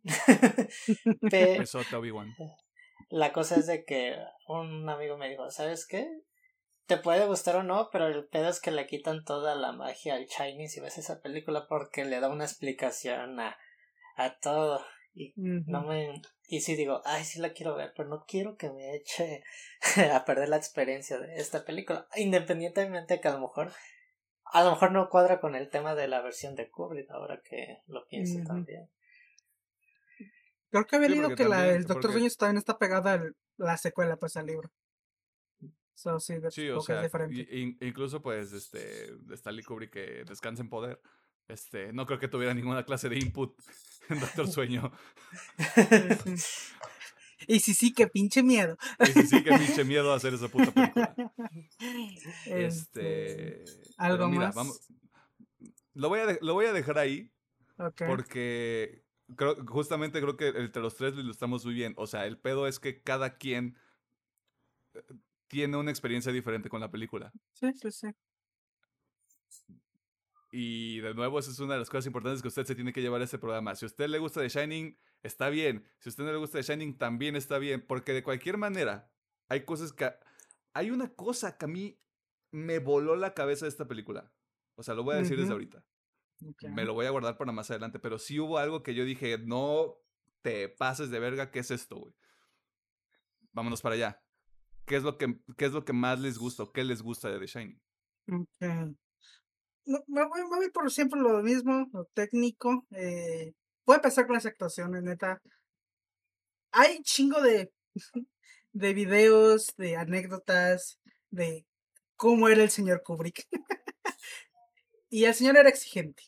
Besote Obi-Wan. La cosa es de que un amigo me dijo, ¿sabes qué? Te puede gustar o no, pero el pedo es que le quitan toda la magia al Shining si ves esa película porque le da una explicación a todo. Y no me... Y sí digo, ay, sí la quiero ver, pero no quiero que me eche a perder la experiencia de esta película. Independientemente que a lo mejor no cuadra con el tema de la versión de Kubrick, ahora que lo pienso también. Creo que había Sí, leído porque que también, el Doctor porque... Sueño también está pegada a la secuela, pues, al libro. So, sí, Sí, o supongo que es sea, diferente. incluso pues, Stanley Kubrick, que descansa en poder, no creo que tuviera ninguna clase de input en Doctor Sueño. Y sí, sí, qué pinche miedo. Y sí, sí, que pinche miedo a hacer esa puta película. Pero ¿Algo mira, vamos, más? lo voy a dejar ahí Ok. porque justamente creo que entre los tres lo ilustramos muy bien. O sea, el pedo es que cada quien tiene una experiencia diferente con la película. Sí, sí, sí. Y de nuevo, esa es una de las cosas importantes que usted se tiene que llevar a este programa. Si a usted le gusta The Shining, está bien. Si a usted no le gusta The Shining, también está bien. Porque de cualquier manera, hay cosas que... Hay una cosa que a mí me voló la cabeza de esta película. O sea, lo voy a decir desde ahorita. Okay. Me lo voy a guardar para más adelante. Pero sí hubo algo que yo dije, no te pases de verga, ¿qué es esto, güey? Vámonos para allá. ¿Qué es lo que más les gusta o qué les gusta de The Shining? Okay. Me voy por siempre lo mismo, lo técnico. Voy a empezar con las actuaciones, neta. Hay chingo de videos, de anécdotas, de cómo era el señor Kubrick. Y el señor era exigente.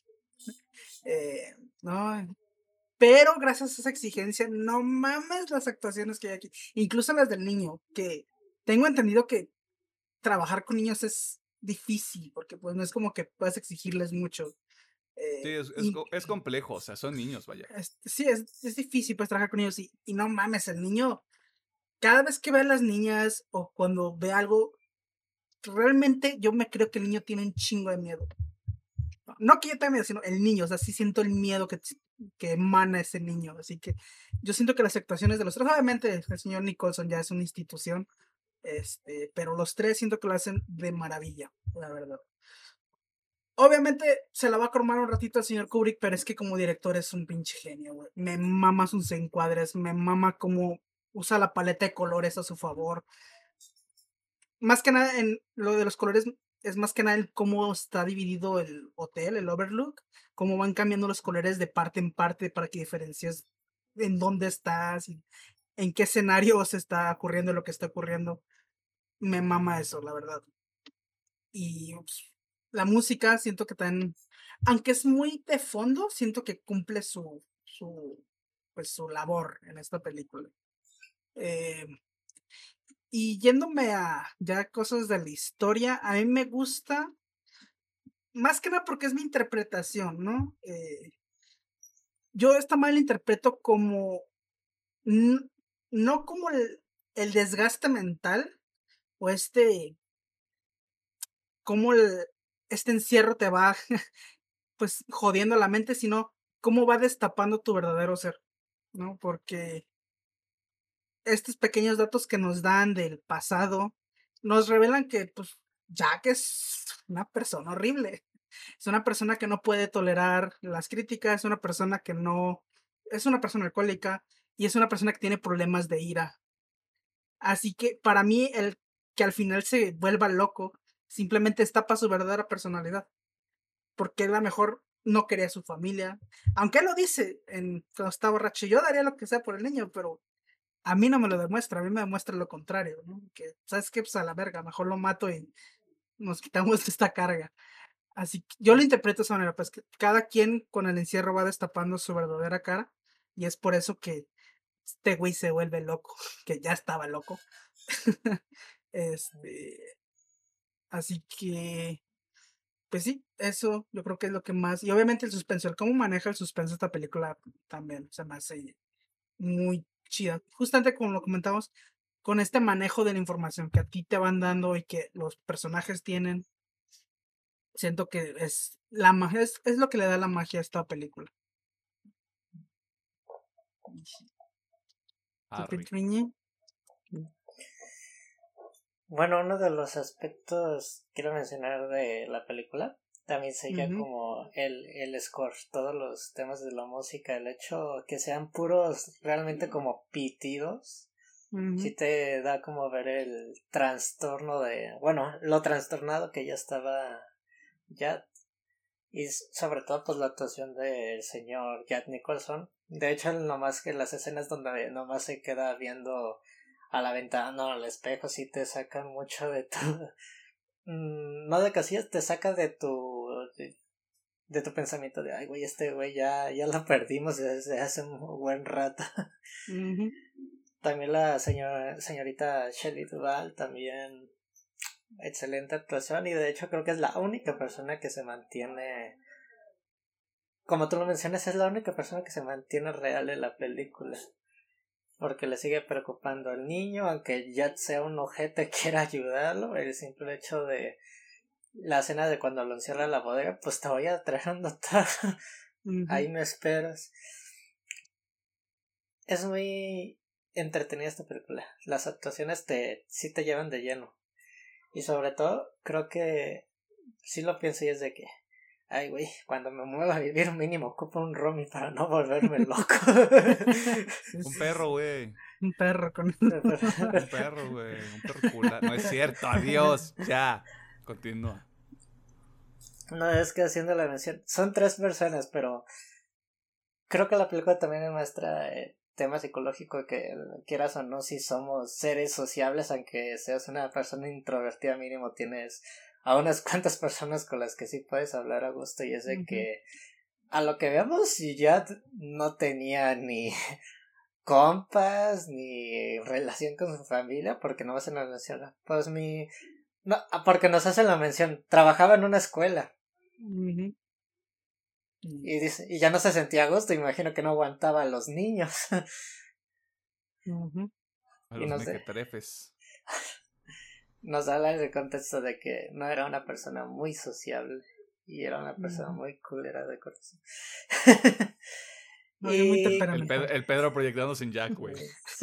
No, pero gracias a esa exigencia, no mames las actuaciones que hay aquí. Incluso las del niño, que tengo entendido que trabajar con niños es difícil, porque pues no es como que puedas exigirles mucho. Sí, Y es complejo, o sea, son niños, vaya. sí, es difícil pues trabajar con niños y no mames, el niño, cada vez que ve a las niñas o cuando ve algo, realmente yo me creo que el niño tiene un chingo de miedo. No que yo tenga miedo, sino el niño, o sea, sí siento el miedo que emana ese niño. Así que yo siento que las actuaciones de los tres, obviamente el señor Nicholson ya es una institución, pero los tres siento que lo hacen de maravilla, la verdad. Obviamente se la va a cromar un ratito al señor Kubrick, pero es que como director es un pinche genio, güey. Me mama sus encuadres, me mama cómo usa la paleta de colores a su favor. Más que nada en lo de los colores es más que nada el cómo está dividido el hotel, el Overlook, cómo van cambiando los colores de parte en parte para que diferencies en dónde estás, y en qué escenario se está ocurriendo lo que está ocurriendo. Me mama eso, la verdad. Y pues, la música, siento que también, aunque es muy de fondo, siento que cumple pues, su labor en esta película. Eh, y yéndome a ya cosas de la historia, a mí me gusta, más que nada porque es mi interpretación, ¿no? Yo esta mal la interpreto como, no como el desgaste mental o como este encierro te va pues jodiendo la mente, sino cómo va destapando tu verdadero ser, ¿no? Porque estos pequeños datos que nos dan del pasado nos revelan que, pues, Jack es una persona horrible. Es una persona que no puede tolerar las críticas, es una persona que no, es una persona alcohólica y es una persona que tiene problemas de ira. Así que para mí el que al final se vuelva loco simplemente destapa su verdadera personalidad, porque él a lo mejor no quería a su familia, aunque él lo dice cuando está borracho, yo daría lo que sea por el niño, pero a mí no me lo demuestra, a mí me demuestra lo contrario, ¿no? Que, ¿sabes qué? Pues a la verga, mejor lo mato y nos quitamos de esta carga. Así que yo lo interpreto de esa manera, pues que cada quien con el encierro va destapando su verdadera cara y es por eso que este güey se vuelve loco, que ya estaba loco. este, Así que, pues sí, eso yo creo que es lo que más, y obviamente el suspenso, el cómo maneja el suspenso esta película también se me hace muy chida. Justamente como lo comentamos, con este manejo de la información que a ti te van dando y que los personajes tienen, siento que es la magia, es lo que le da la magia a esta película. ¿Tú, Arre. Petriñi? Bueno, uno de los aspectos quiero mencionar de la película también sería Ujú, como el score, todos los temas de la música, el hecho que sean puros realmente como pitidos, sí ujú, te da como ver el trastorno bueno, lo trastornado que ya estaba ya, y sobre todo pues la actuación del señor Jack Nicholson. De hecho, nomás que las escenas donde nomás se queda viendo a la ventana o al espejo sí te sacan mucho de tu no de casillas, te saca de tu pensamiento de ay güey, este güey ya lo perdimos desde hace un buen rato. ujú. También la señorita Shelley Duvall, también excelente actuación, y de hecho creo que es la única persona que se mantiene, como tú lo mencionas, es la única persona que se mantiene real en la película. Porque le sigue preocupando al niño, aunque ya sea un ojete quiera ayudarlo, el simple hecho de la escena de cuando lo encierra en la bodega, pues te voy a traer un doctor, ahí me esperas. Es muy entretenida esta película, las actuaciones sí te llevan de lleno, y sobre todo creo que sí lo pienso y es de que ay güey, cuando me mueva a vivir mínimo ocupo un roomie para no volverme loco. Sí, Un sí, perro, sí. güey. Un perro con Un perro, güey. Un perro cula. No es cierto, adiós. Ya. Continúa. No, es que haciendo la mención, son tres personas, pero creo que la película también muestra tema psicológico que quieras o no, si somos seres sociables, aunque seas una persona introvertida, mínimo tienes a unas cuantas personas con las que sí puedes hablar a gusto, y es de Ujú, que a lo que vemos ya no tenía ni compas ni relación con su familia, porque no vas a la mención, pues no, porque nos hacen la mención, trabajaba en una escuela. ujú. Y dice, y ya no se sentía a gusto, imagino que no aguantaba a los niños. Ujú, A Y los mequetrefes. nos da el contexto de que no era una persona muy sociable y era una persona ujú. muy culera de corazón. Lo vi muy Y temperamental. El Pedro proyectándose en Jack, güey.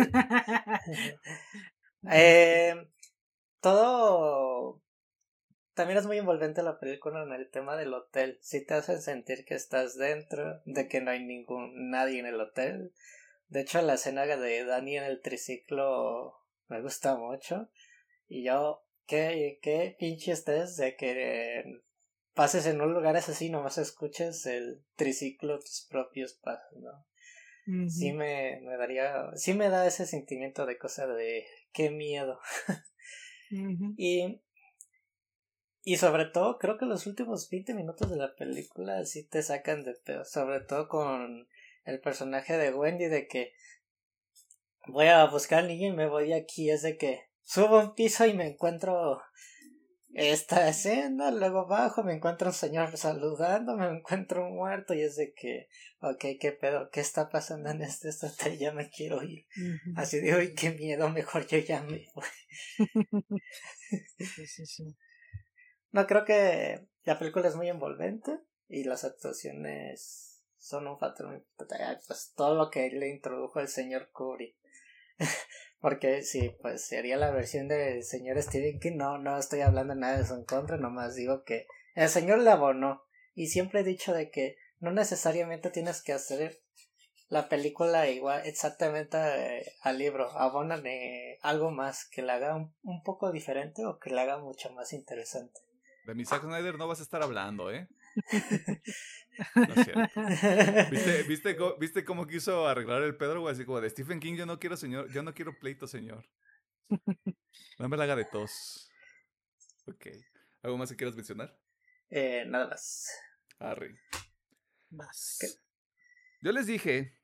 Todo también es muy envolvente la película en el tema del hotel. Sí te hacen sentir que estás dentro, de que no hay nadie en el hotel. De hecho, la escena de Dani en el triciclo me gusta mucho. Y yo, qué pinche estés de que pases en un lugar así, nomás escuches el triciclo, tus propios pasos, ¿no? Sí sí me da ese sentimiento de cosa de qué miedo. Y sobre todo, creo que los últimos 20 minutos de la película sí te sacan de pedo. Sobre todo con el personaje de Wendy, de que voy a buscar al niño y me voy aquí. Es de que subo un piso y me encuentro esta escena, luego bajo, me encuentro un señor saludando, me encuentro un muerto. Y es de que, ok, qué pedo, qué está pasando en este hotel, ya me quiero ir. Así de, uy, qué miedo, mejor yo ya me voy. Sí. No, creo que la película es muy envolvente y las actuaciones son un factor muy importante. Pues todo lo que le introdujo el señor Kubrick. Porque sí, pues sería la versión del señor Stephen King. No estoy hablando nada de eso en contra, nomás digo que el señor le abonó. Y siempre he dicho de que no necesariamente tienes que hacer la película igual exactamente al libro. Abónale algo más que la haga un poco diferente o que la haga mucho más interesante. De mi Zack Snyder no vas a estar hablando, ¿eh? No es cierto. ¿Viste cómo quiso arreglar el Pedro, güey? Así como de Stephen King, yo no quiero pleito, señor. No me la haga de tos. Ok. ¿Algo más que quieras mencionar? Nada más. Arre. Vas. Yo les dije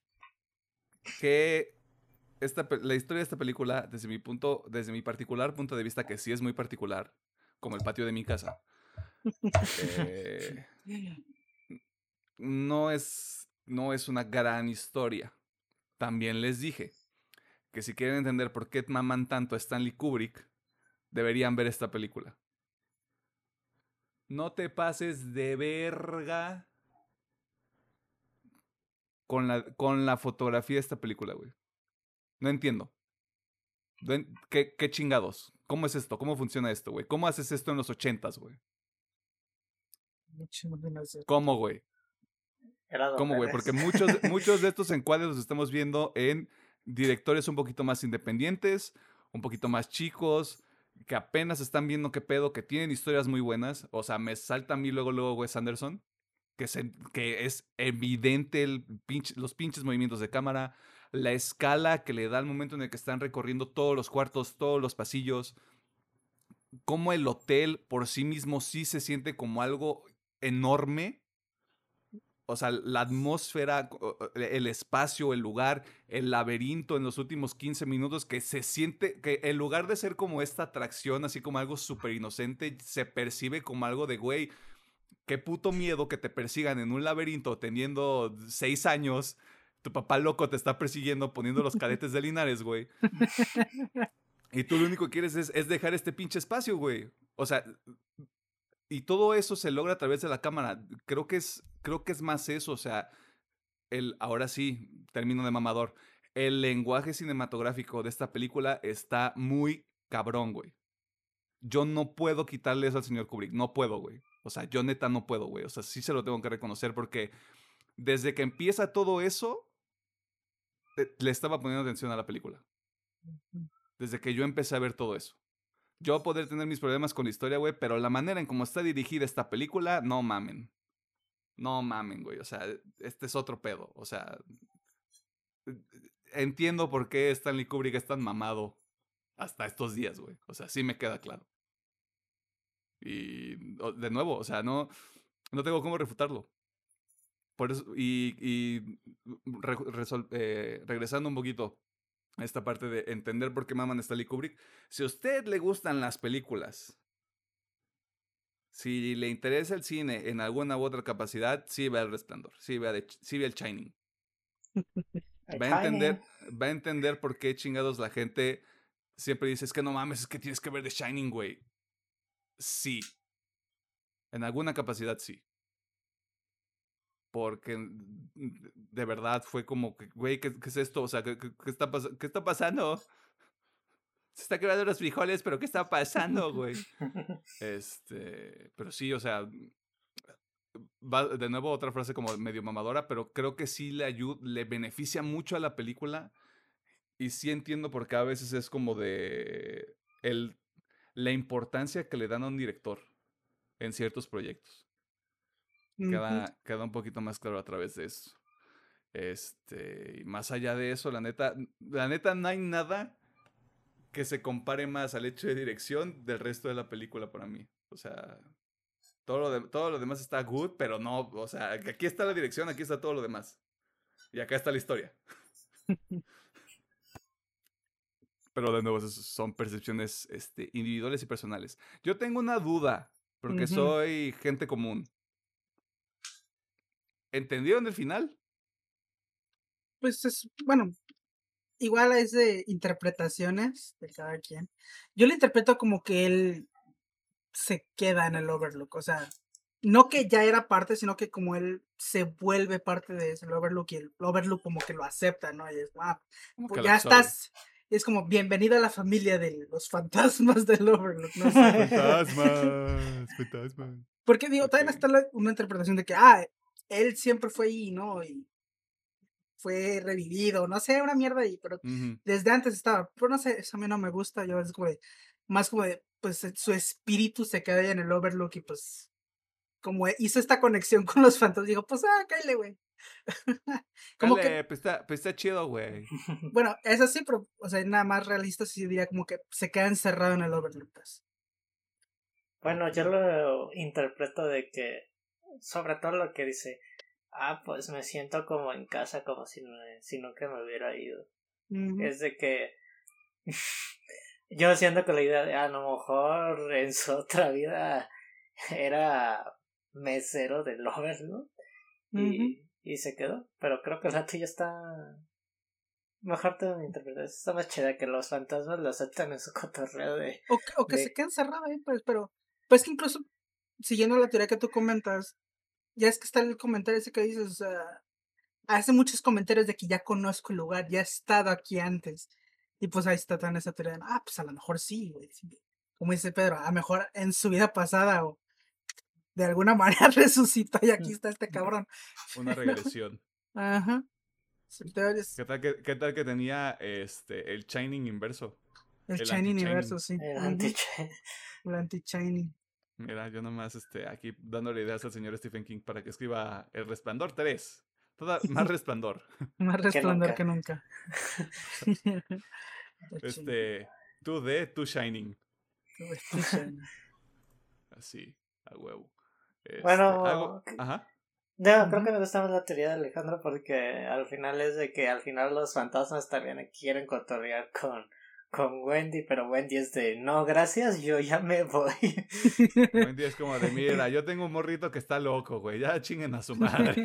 que la historia de esta película, desde mi particular punto de vista, que sí es muy particular, como el patio de mi casa, eh, no es una gran historia. También les dije que si quieren entender por qué maman tanto a Stanley Kubrick, deberían ver esta película. No te pases de verga con la fotografía de esta película, güey. No entiendo. ¿Qué chingados? ¿Cómo es esto? ¿Cómo funciona esto, güey? ¿Cómo haces esto en los 80s, güey? ¿Cómo, güey? ¿Cómo, güey? Porque muchos de estos encuadres los estamos viendo en directores un poquito más independientes, un poquito más chicos, que apenas están viendo qué pedo, que tienen historias muy buenas. O sea, me salta a mí luego Wes Anderson, que es evidente los pinches movimientos de cámara, la escala que le da al momento en el que están recorriendo todos los cuartos, todos los pasillos, cómo el hotel por sí mismo sí se siente como algo enorme. O sea, la atmósfera, el espacio, el lugar, el laberinto en los últimos 15 minutos, que se siente que en lugar de ser como esta atracción, así como algo súper inocente, se percibe como algo de, güey, qué puto miedo que te persigan en un laberinto teniendo 6 años. Tu papá loco te está persiguiendo poniendo los cadetes de Linares, güey. Y tú lo único que quieres es dejar este pinche espacio, güey. O sea, y todo eso se logra a través de la cámara. Creo que es más eso, o sea, ahora sí, término de mamador. El lenguaje cinematográfico de esta película está muy cabrón, güey. Yo no puedo quitarle eso al señor Kubrick. No puedo, güey. O sea, yo neta no puedo, güey. O sea, sí se lo tengo que reconocer porque desde que empieza todo eso, le estaba poniendo atención a la película. Desde que yo empecé a ver todo eso. Yo voy a poder tener mis problemas con la historia, güey, pero la manera en cómo está dirigida esta película, no mamen. No mamen, güey. O sea, este es otro pedo. O sea, entiendo por qué Stanley Kubrick es tan mamado hasta estos días, güey. O sea, sí me queda claro. Y de nuevo, o sea, no tengo cómo refutarlo. Por eso, regresando un poquito a esta parte de entender por qué maman a Stanley Kubrick. Si a usted le gustan las películas, si le interesa el cine en alguna u otra capacidad, sí vea El Resplandor, sí vea el Shining. Va a entender por qué chingados la gente siempre dice, es que no mames, es que tienes que ver The Shining, güey. Sí. En alguna capacidad sí. porque de verdad fue como que, güey, ¿qué es esto? O sea, ¿qué está pasando? Se está quebrando los frijoles, pero ¿qué está pasando, güey? Pero sí, o sea, va de nuevo otra frase como medio mamadora, pero creo que sí le beneficia mucho a la película y sí entiendo por qué a veces es como de la importancia que le dan a un director en ciertos proyectos. Ujú. Queda un poquito más claro a través de eso. Y más allá de eso, la neta no hay nada que se compare más al hecho de dirección del resto de la película para mí. O sea, todo lo demás está good, pero no, o sea, aquí está la dirección, aquí está todo lo demás. Y acá está la historia. Pero de nuevo, son percepciones individuales y personales. Yo tengo una duda, porque Ujú. soy gente común. ¿Entendieron el final? Pues bueno, igual es de interpretaciones de cada quien. Yo lo interpreto como que él se queda en el Overlook, o sea, no que ya era parte, sino que como él se vuelve parte de ese Overlook y el Overlook como que lo acepta, ¿no? Y es, Como que pues lo ya absorbe. estás, es como bienvenido a la familia de los fantasmas del Overlook, no sé. Fantasmas. Porque digo, Ok. también está una interpretación de que, él siempre fue ahí, ¿no? Y fue revivido, no sé, una mierda ahí, pero Ujú. desde antes estaba, pero no sé, eso a mí no me gusta, yo es como de, más como de, pues su espíritu se queda ahí en el Overlook y pues como hizo esta conexión con los fantasmas, digo, pues cállale, güey. Como que, Cale, pues está chido, güey. bueno, eso sí, pero, o sea, nada más realista, sí diría como que se queda encerrado en el Overlook, pues. Bueno, Ok. yo lo interpreto de que, sobre todo lo que dice, pues me siento como en casa, como si nunca me hubiera ido. Ujú. Es de que yo siento que la idea de a lo mejor en su otra vida era mesero del Overlook Ujú. y se quedó, pero creo que la tuya está mejor te interpretas, está más chida que los fantasmas lo aceptan en su cotorreo O que se de queda encerrado ahí, pues, pero, pues que incluso, siguiendo la teoría que tú comentas, ya es que está el comentario ese que dices, o sea, hace muchos comentarios de que ya conozco el lugar, ya he estado aquí antes. Y pues ahí está tan esa teoría de, pues a lo mejor sí, güey. Sí. Como dice Pedro, a lo mejor en su vida pasada o de alguna manera resucitó y aquí está este cabrón. Una regresión. Ajá. Su teoría es ¿Qué tal que tenía el Shining inverso? el El Shiny anti-Shining. universo, sí. el Ujú. anti El anti-Shiny. Mira, yo nomás aquí dándole ideas al señor Stephen King para que escriba El Resplandor 3. Más resplandor. Más que resplandor nunca. que nunca. Está chido. Tú Shining. Este Shiny. Así, a huevo. Bueno, Ajá. no, creo Ujú. que me gusta más la teoría de Alejandro porque al final es de que al final los fantasmas también quieren cotorrear con Wendy, pero Wendy es de no, gracias, yo ya me voy. Buen día es como de, mira, yo tengo un morrito que está loco, güey. Ya chinguen a su madre.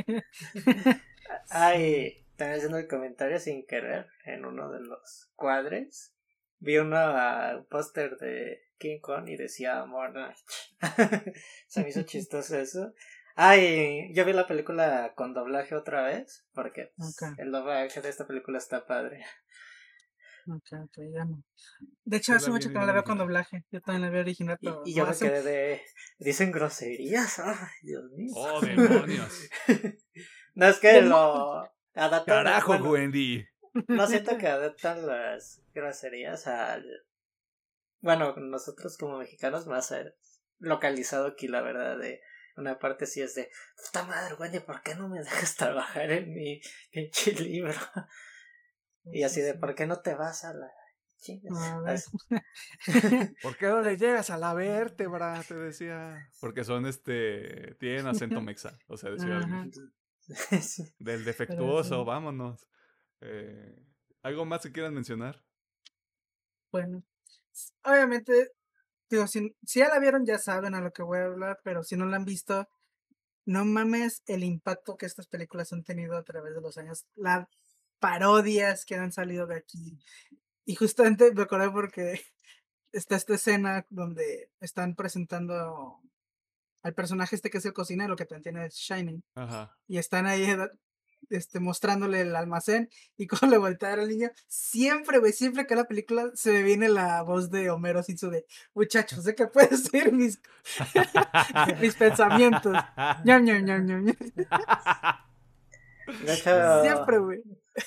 Sí. También haciendo el comentario sin querer en uno de los cuadres. Vi un póster de King Kong y decía More Night. Se me hizo chistoso eso. Yo vi la película con doblaje otra vez porque Ok, el doblaje de esta película está padre. ok, ya no. De hecho, Yo hace la vi mucho en que no idioma la veo con original. doblaje. Yo también la veo original, Y, pero y no yo me hace. quedé de... Dicen groserías. Ay, Dios mío. ¡Oh, demonios! No es que lo adaptan ¡Carajo, bueno, Wendy! no siento que adaptan las groserías al... Bueno, nosotros como mexicanos más localizado aquí, la verdad, de una parte sí es de puta madre, Wendy, ¿por qué no me dejas trabajar en mi pinche libro? Y así de ¿por qué no te vas a la chingas? A ver. ¿Por qué no le llegas a la vértebra? Te decía. Porque tienen acento mexa, o sea, de Ciudad de Ajá, México. Sí. Del pero defectuoso, sí. vámonos. ¿Algo más que quieran mencionar? Bueno, obviamente, digo, si ya la vieron, ya saben a lo que voy a hablar, pero si no la han visto, no mames el impacto que estas películas han tenido a través de los años, las parodias que han salido de aquí. Y justamente me acordé porque está esta escena donde están presentando al personaje que es el cocinero que también tiene Shining. Ajá. Y están ahí mostrándole el almacén y cuando le voltea a ver al niño, siempre, güey, siempre que la película se me viene la voz de Homero Simpson de muchachos, sé que puedes ser mis pensamientos. Ñam, ñam, ñam, ñam, ñam. De hecho, Siempre, güey.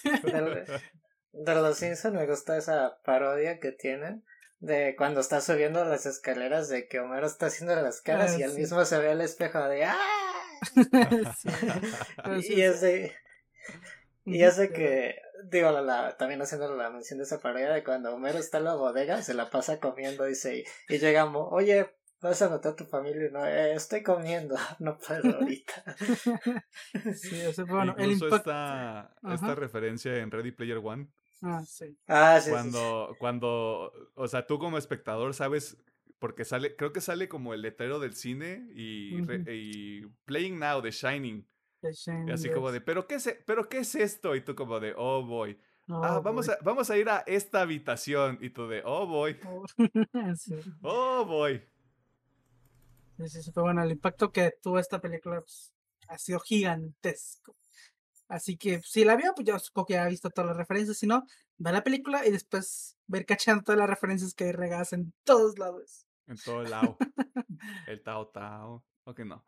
De los Simpsons me gusta esa parodia que tienen de cuando está subiendo las escaleras de que Homero está haciendo las caras y él sí. mismo se ve al espejo de ¡ah! Sí. Y es de... Y hace que, digo, también haciendo la mención de esa parodia de cuando Homero está en la bodega, se la pasa comiendo, dice, y llegamos, oye, vas a notar a tu familia, no, estoy comiendo, no puedo ahorita. Sí, eso fue bueno. El Incluso impacto. esta referencia en Ready Player One. Sí. Sí. Cuando, o sea, tú como espectador sabes, porque creo que sale como el letrero del cine y Playing Now de Shining. Y así como de, ¿pero qué es esto? Y tú como de, oh boy. Vamos a ir a esta habitación. Y tú de, oh boy. Sí. Oh boy. Sí, pero bueno, el impacto que tuvo esta película pues, ha sido gigantesco. Así que si la vio, pues yo supongo que ya ha visto todas las referencias. Si no, ve la película y después ver cachando todas las referencias que hay regadas en todos lados. En todo lado. El Tao Tao. Ok, no.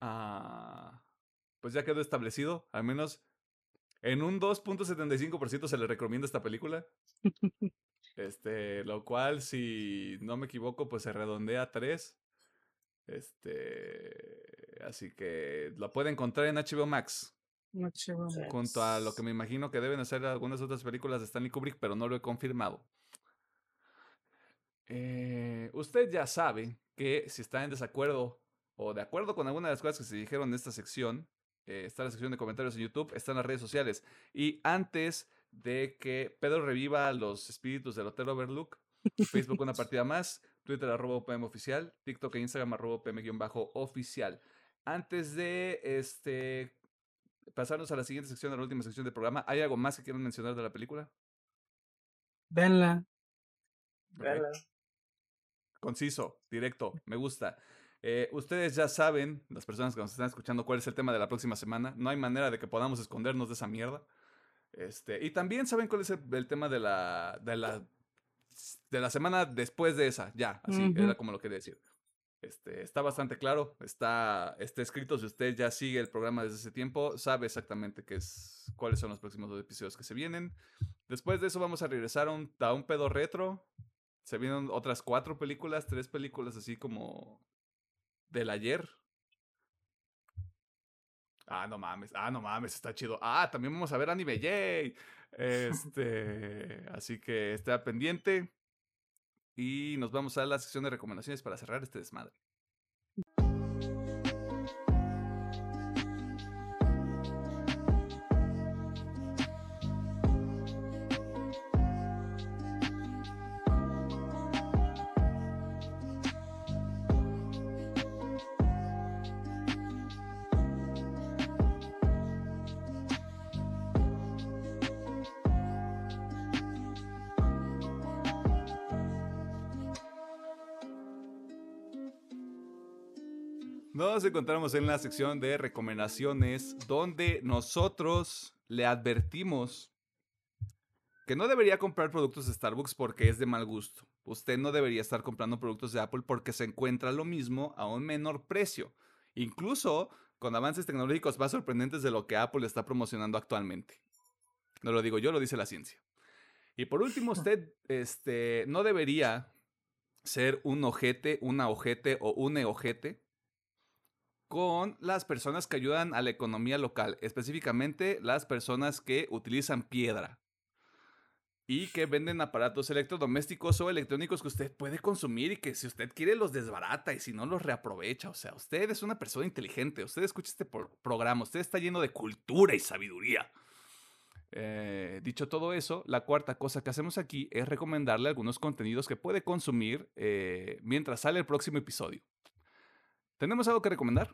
Pues ya quedó establecido. Al menos en un 2.75% se le recomienda esta película. Lo cual, si no me equivoco, pues se redondea a 3. Así que lo puede encontrar en HBO Max. Junto a lo que me imagino que deben hacer algunas otras películas de Stanley Kubrick, pero no lo he confirmado. Usted ya sabe que si está en desacuerdo o de acuerdo con alguna de las cosas que se dijeron en esta sección, está la sección de comentarios en YouTube, están las redes sociales. Y antes de que Pedro reviva los espíritus del Hotel Overlook, Facebook una partida más, Twitter @OPMOficial, TikTok e Instagram @OPM_oficial. Antes de pasarnos a la siguiente sección, a la última sección del programa, ¿hay algo más que quieran mencionar de la película? Venla. Okay. Conciso, directo, me gusta. Ustedes ya saben, las personas que nos están escuchando, cuál es el tema de la próxima semana. No hay manera de que podamos escondernos de esa mierda. Y también saben cuál es el tema de la semana después de esa. Ya, así era como lo quería decir. Está bastante claro, está escrito. Si usted ya sigue el programa desde ese tiempo, sabe exactamente cuáles son los próximos 2 episodios que se vienen. Después de eso vamos a regresar a un pedo retro. Se vienen otras 4 películas, 3 películas así como del ayer. No mames, está chido. También vamos a ver anime, yay. Así que esté pendiente. Y nos vamos a la sección de recomendaciones para cerrar este desmadre. Nos encontramos en la sección de recomendaciones donde nosotros le advertimos que no debería comprar productos de Starbucks porque es de mal gusto. Usted no debería estar comprando productos de Apple porque se encuentra lo mismo a un menor precio. Incluso con avances tecnológicos más sorprendentes de lo que Apple está promocionando actualmente. No lo digo yo, lo dice la ciencia. Y por último, usted no debería ser un ojete, una ojete o un ojete con las personas que ayudan a la economía local, específicamente las personas que utilizan piedra y que venden aparatos electrodomésticos o electrónicos que usted puede consumir y que si usted quiere los desbarata y si no los reaprovecha. O sea, usted es una persona inteligente, usted escucha este programa, usted está lleno de cultura y sabiduría. Dicho todo eso, la cuarta cosa que hacemos aquí es recomendarle algunos contenidos que puede consumir mientras sale el próximo episodio. ¿Tenemos algo que recomendar?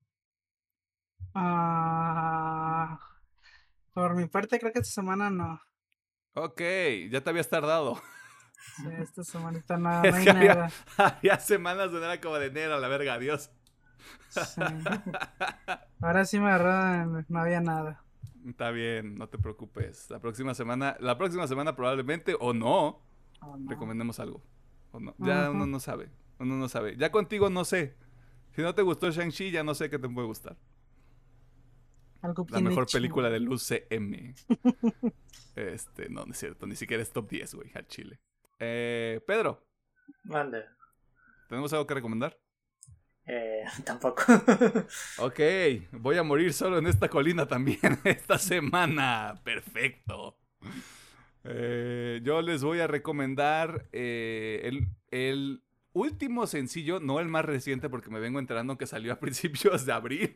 Por mi parte, creo que esta semana no. Ok, ya te habías tardado. Sí, esta semanita no hay nada. Había semanas donde era como de enero, la verga, adiós. Sí. Ahora sí me agarraron, no había nada. Está bien, no te preocupes. La próxima semana probablemente o no Oh, no. recomendemos algo. O no. Ya uno Ajá. no sabe. Uno no sabe. Ya contigo no sé. Si no te gustó Shang-Chi, ya no sé qué te puede gustar. Algo La bien mejor hecho. película del UCM. No, no es cierto. Ni siquiera es top 10, güey, al chile. Pedro, Mande. ¿tenemos algo que recomendar? Tampoco. Ok, voy a morir solo en esta colina también esta semana. Perfecto. Yo les voy a recomendar el último sencillo, no el más reciente porque me vengo enterando que salió a principios de abril,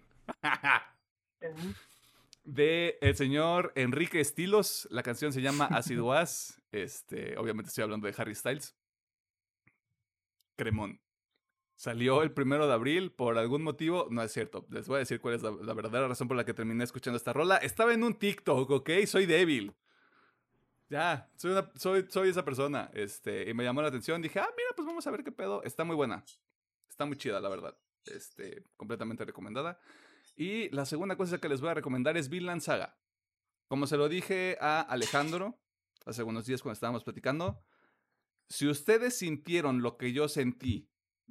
de el señor Enrique Estilos. La canción se llama Acid Was. Obviamente estoy hablando de Harry Styles. Cremón. Salió el 1 de abril por algún motivo. No es cierto. Les voy a decir cuál es la verdadera razón por la que terminé escuchando esta rola. Estaba en un TikTok, ¿ok? Soy débil. Ya, soy esa persona. Y me llamó la atención. Dije, mira, pues vamos a ver qué pedo. Está muy buena. Está muy chida, la verdad. Completamente recomendada. Y la segunda cosa que les voy a recomendar es Vinland Saga. Como se lo dije a Alejandro hace algunos días cuando estábamos platicando, si ustedes sintieron lo que yo sentí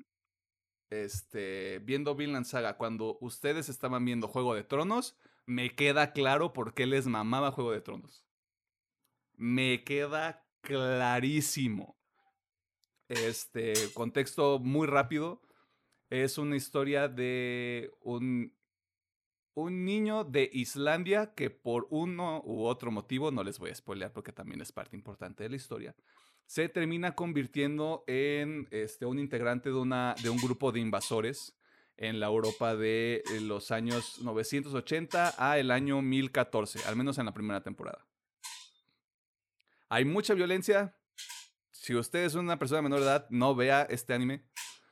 viendo Vinland Saga cuando ustedes estaban viendo Juego de Tronos, me queda claro por qué les mamaba Juego de Tronos. Me queda clarísimo. Contexto muy rápido. Es una historia de un niño de Islandia que por uno u otro motivo, no les voy a spoilear porque también es parte importante de la historia, se termina convirtiendo en un integrante de un grupo de invasores en la Europa de los años 980 a el año 1014, al menos en la primera temporada. Hay mucha violencia. Si usted es una persona de menor edad, no vea este anime.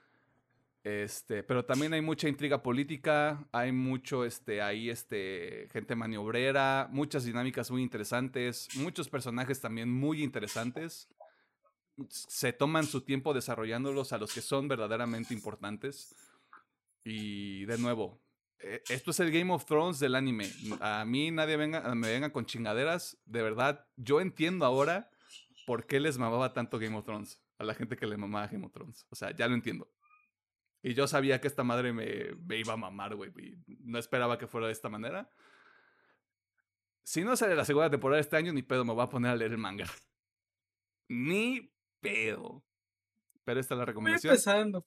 Pero también hay mucha intriga política, hay mucho, gente maniobrera, muchas dinámicas muy interesantes, muchos personajes también muy interesantes. Se toman su tiempo desarrollándolos a los que son verdaderamente importantes. Y de nuevo, esto es el Game of Thrones del anime. A mí nadie me venga con chingaderas. De verdad, yo entiendo ahora por qué les mamaba tanto Game of Thrones. A la gente que le mamaba Game of Thrones. O sea, ya lo entiendo. Y yo sabía que esta madre me iba a mamar, güey. Y no esperaba que fuera de esta manera. Si no sale la segunda temporada este año, ni pedo, me voy a poner a leer el manga. Ni pedo. Pero esta es la Voy recomendación. empezando.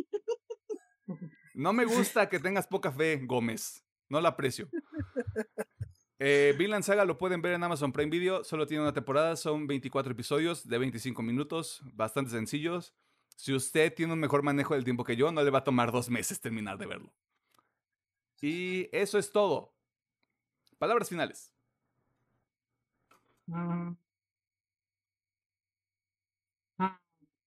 No me gusta que tengas poca fe, Gómez. No la aprecio. Vinland Saga lo pueden ver en Amazon Prime Video. Solo tiene una temporada. Son 24 episodios de 25 minutos. Bastante sencillos. Si usted tiene un mejor manejo del tiempo que yo, no le va a tomar 2 meses terminar de verlo. Y eso es todo. Palabras finales. Ah, ah.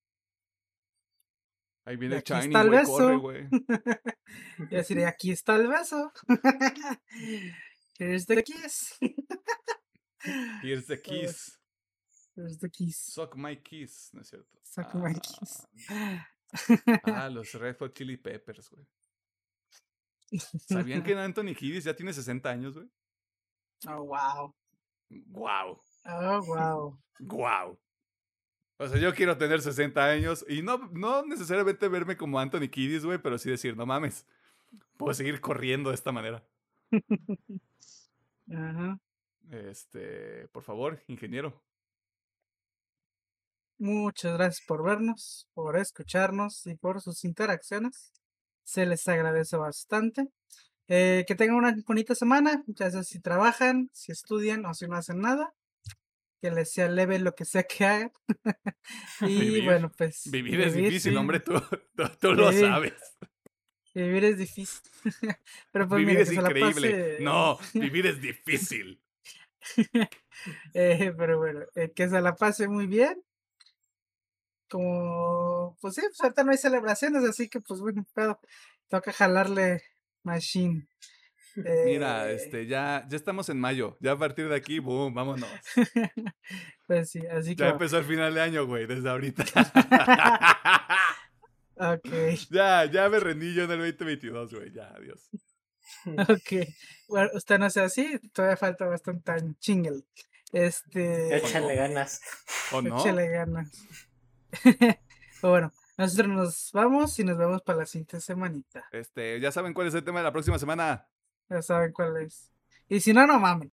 Ahí Y viene el aquí Shiny, está el güey. Corre, beso. güey. Y decir, y aquí está el beso. Here's the kiss. Here's the kiss. Here's the kiss. Suck my kiss, ¿no es cierto? Suck my kiss. Los Red Hot Chili Peppers, güey. ¿Sabían que Anthony Kiedis ya tiene 60 años, güey? Oh, wow. Guau. Oh, wow. Guau. O sea, yo quiero tener 60 años y no necesariamente verme como Anthony Kiedis, güey, pero sí decir, no mames, puedo seguir corriendo de esta manera. Ajá. Por favor, ingeniero. Muchas gracias por vernos, por escucharnos y por sus interacciones. Se les agradece bastante. Que tengan una bonita semana, ya sea si trabajan, si estudian o si no hacen nada. Que les sea leve lo que sea que hagan. Y bueno, pues Vivir es difícil, sí, hombre, tú lo vivir, sabes. vivir es difícil. Pero pues Vivir mira, es que se la increíble. pase. No, vivir es difícil. Pero bueno, que se la pase muy bien. Como, pues sí, pues ahorita no hay celebraciones, así que pues bueno, pero toca jalarle machine. Mira, ya estamos en mayo. Ya a partir de aquí, boom, vámonos. Pues sí, así que Ya empezó el final de año, güey, desde ahorita. Ok, Ya me rendí yo en el 2022, güey. Ya, adiós. ok. Bueno, usted no sea así, todavía falta bastante año. Chingle. Échale ganas. ¿O no? Échale ganas. Bueno, nosotros nos vamos y nos vemos para la siguiente semanita. Ya saben cuál es el tema de la próxima semana. Ya saben cuál es. Y si no, no mamen.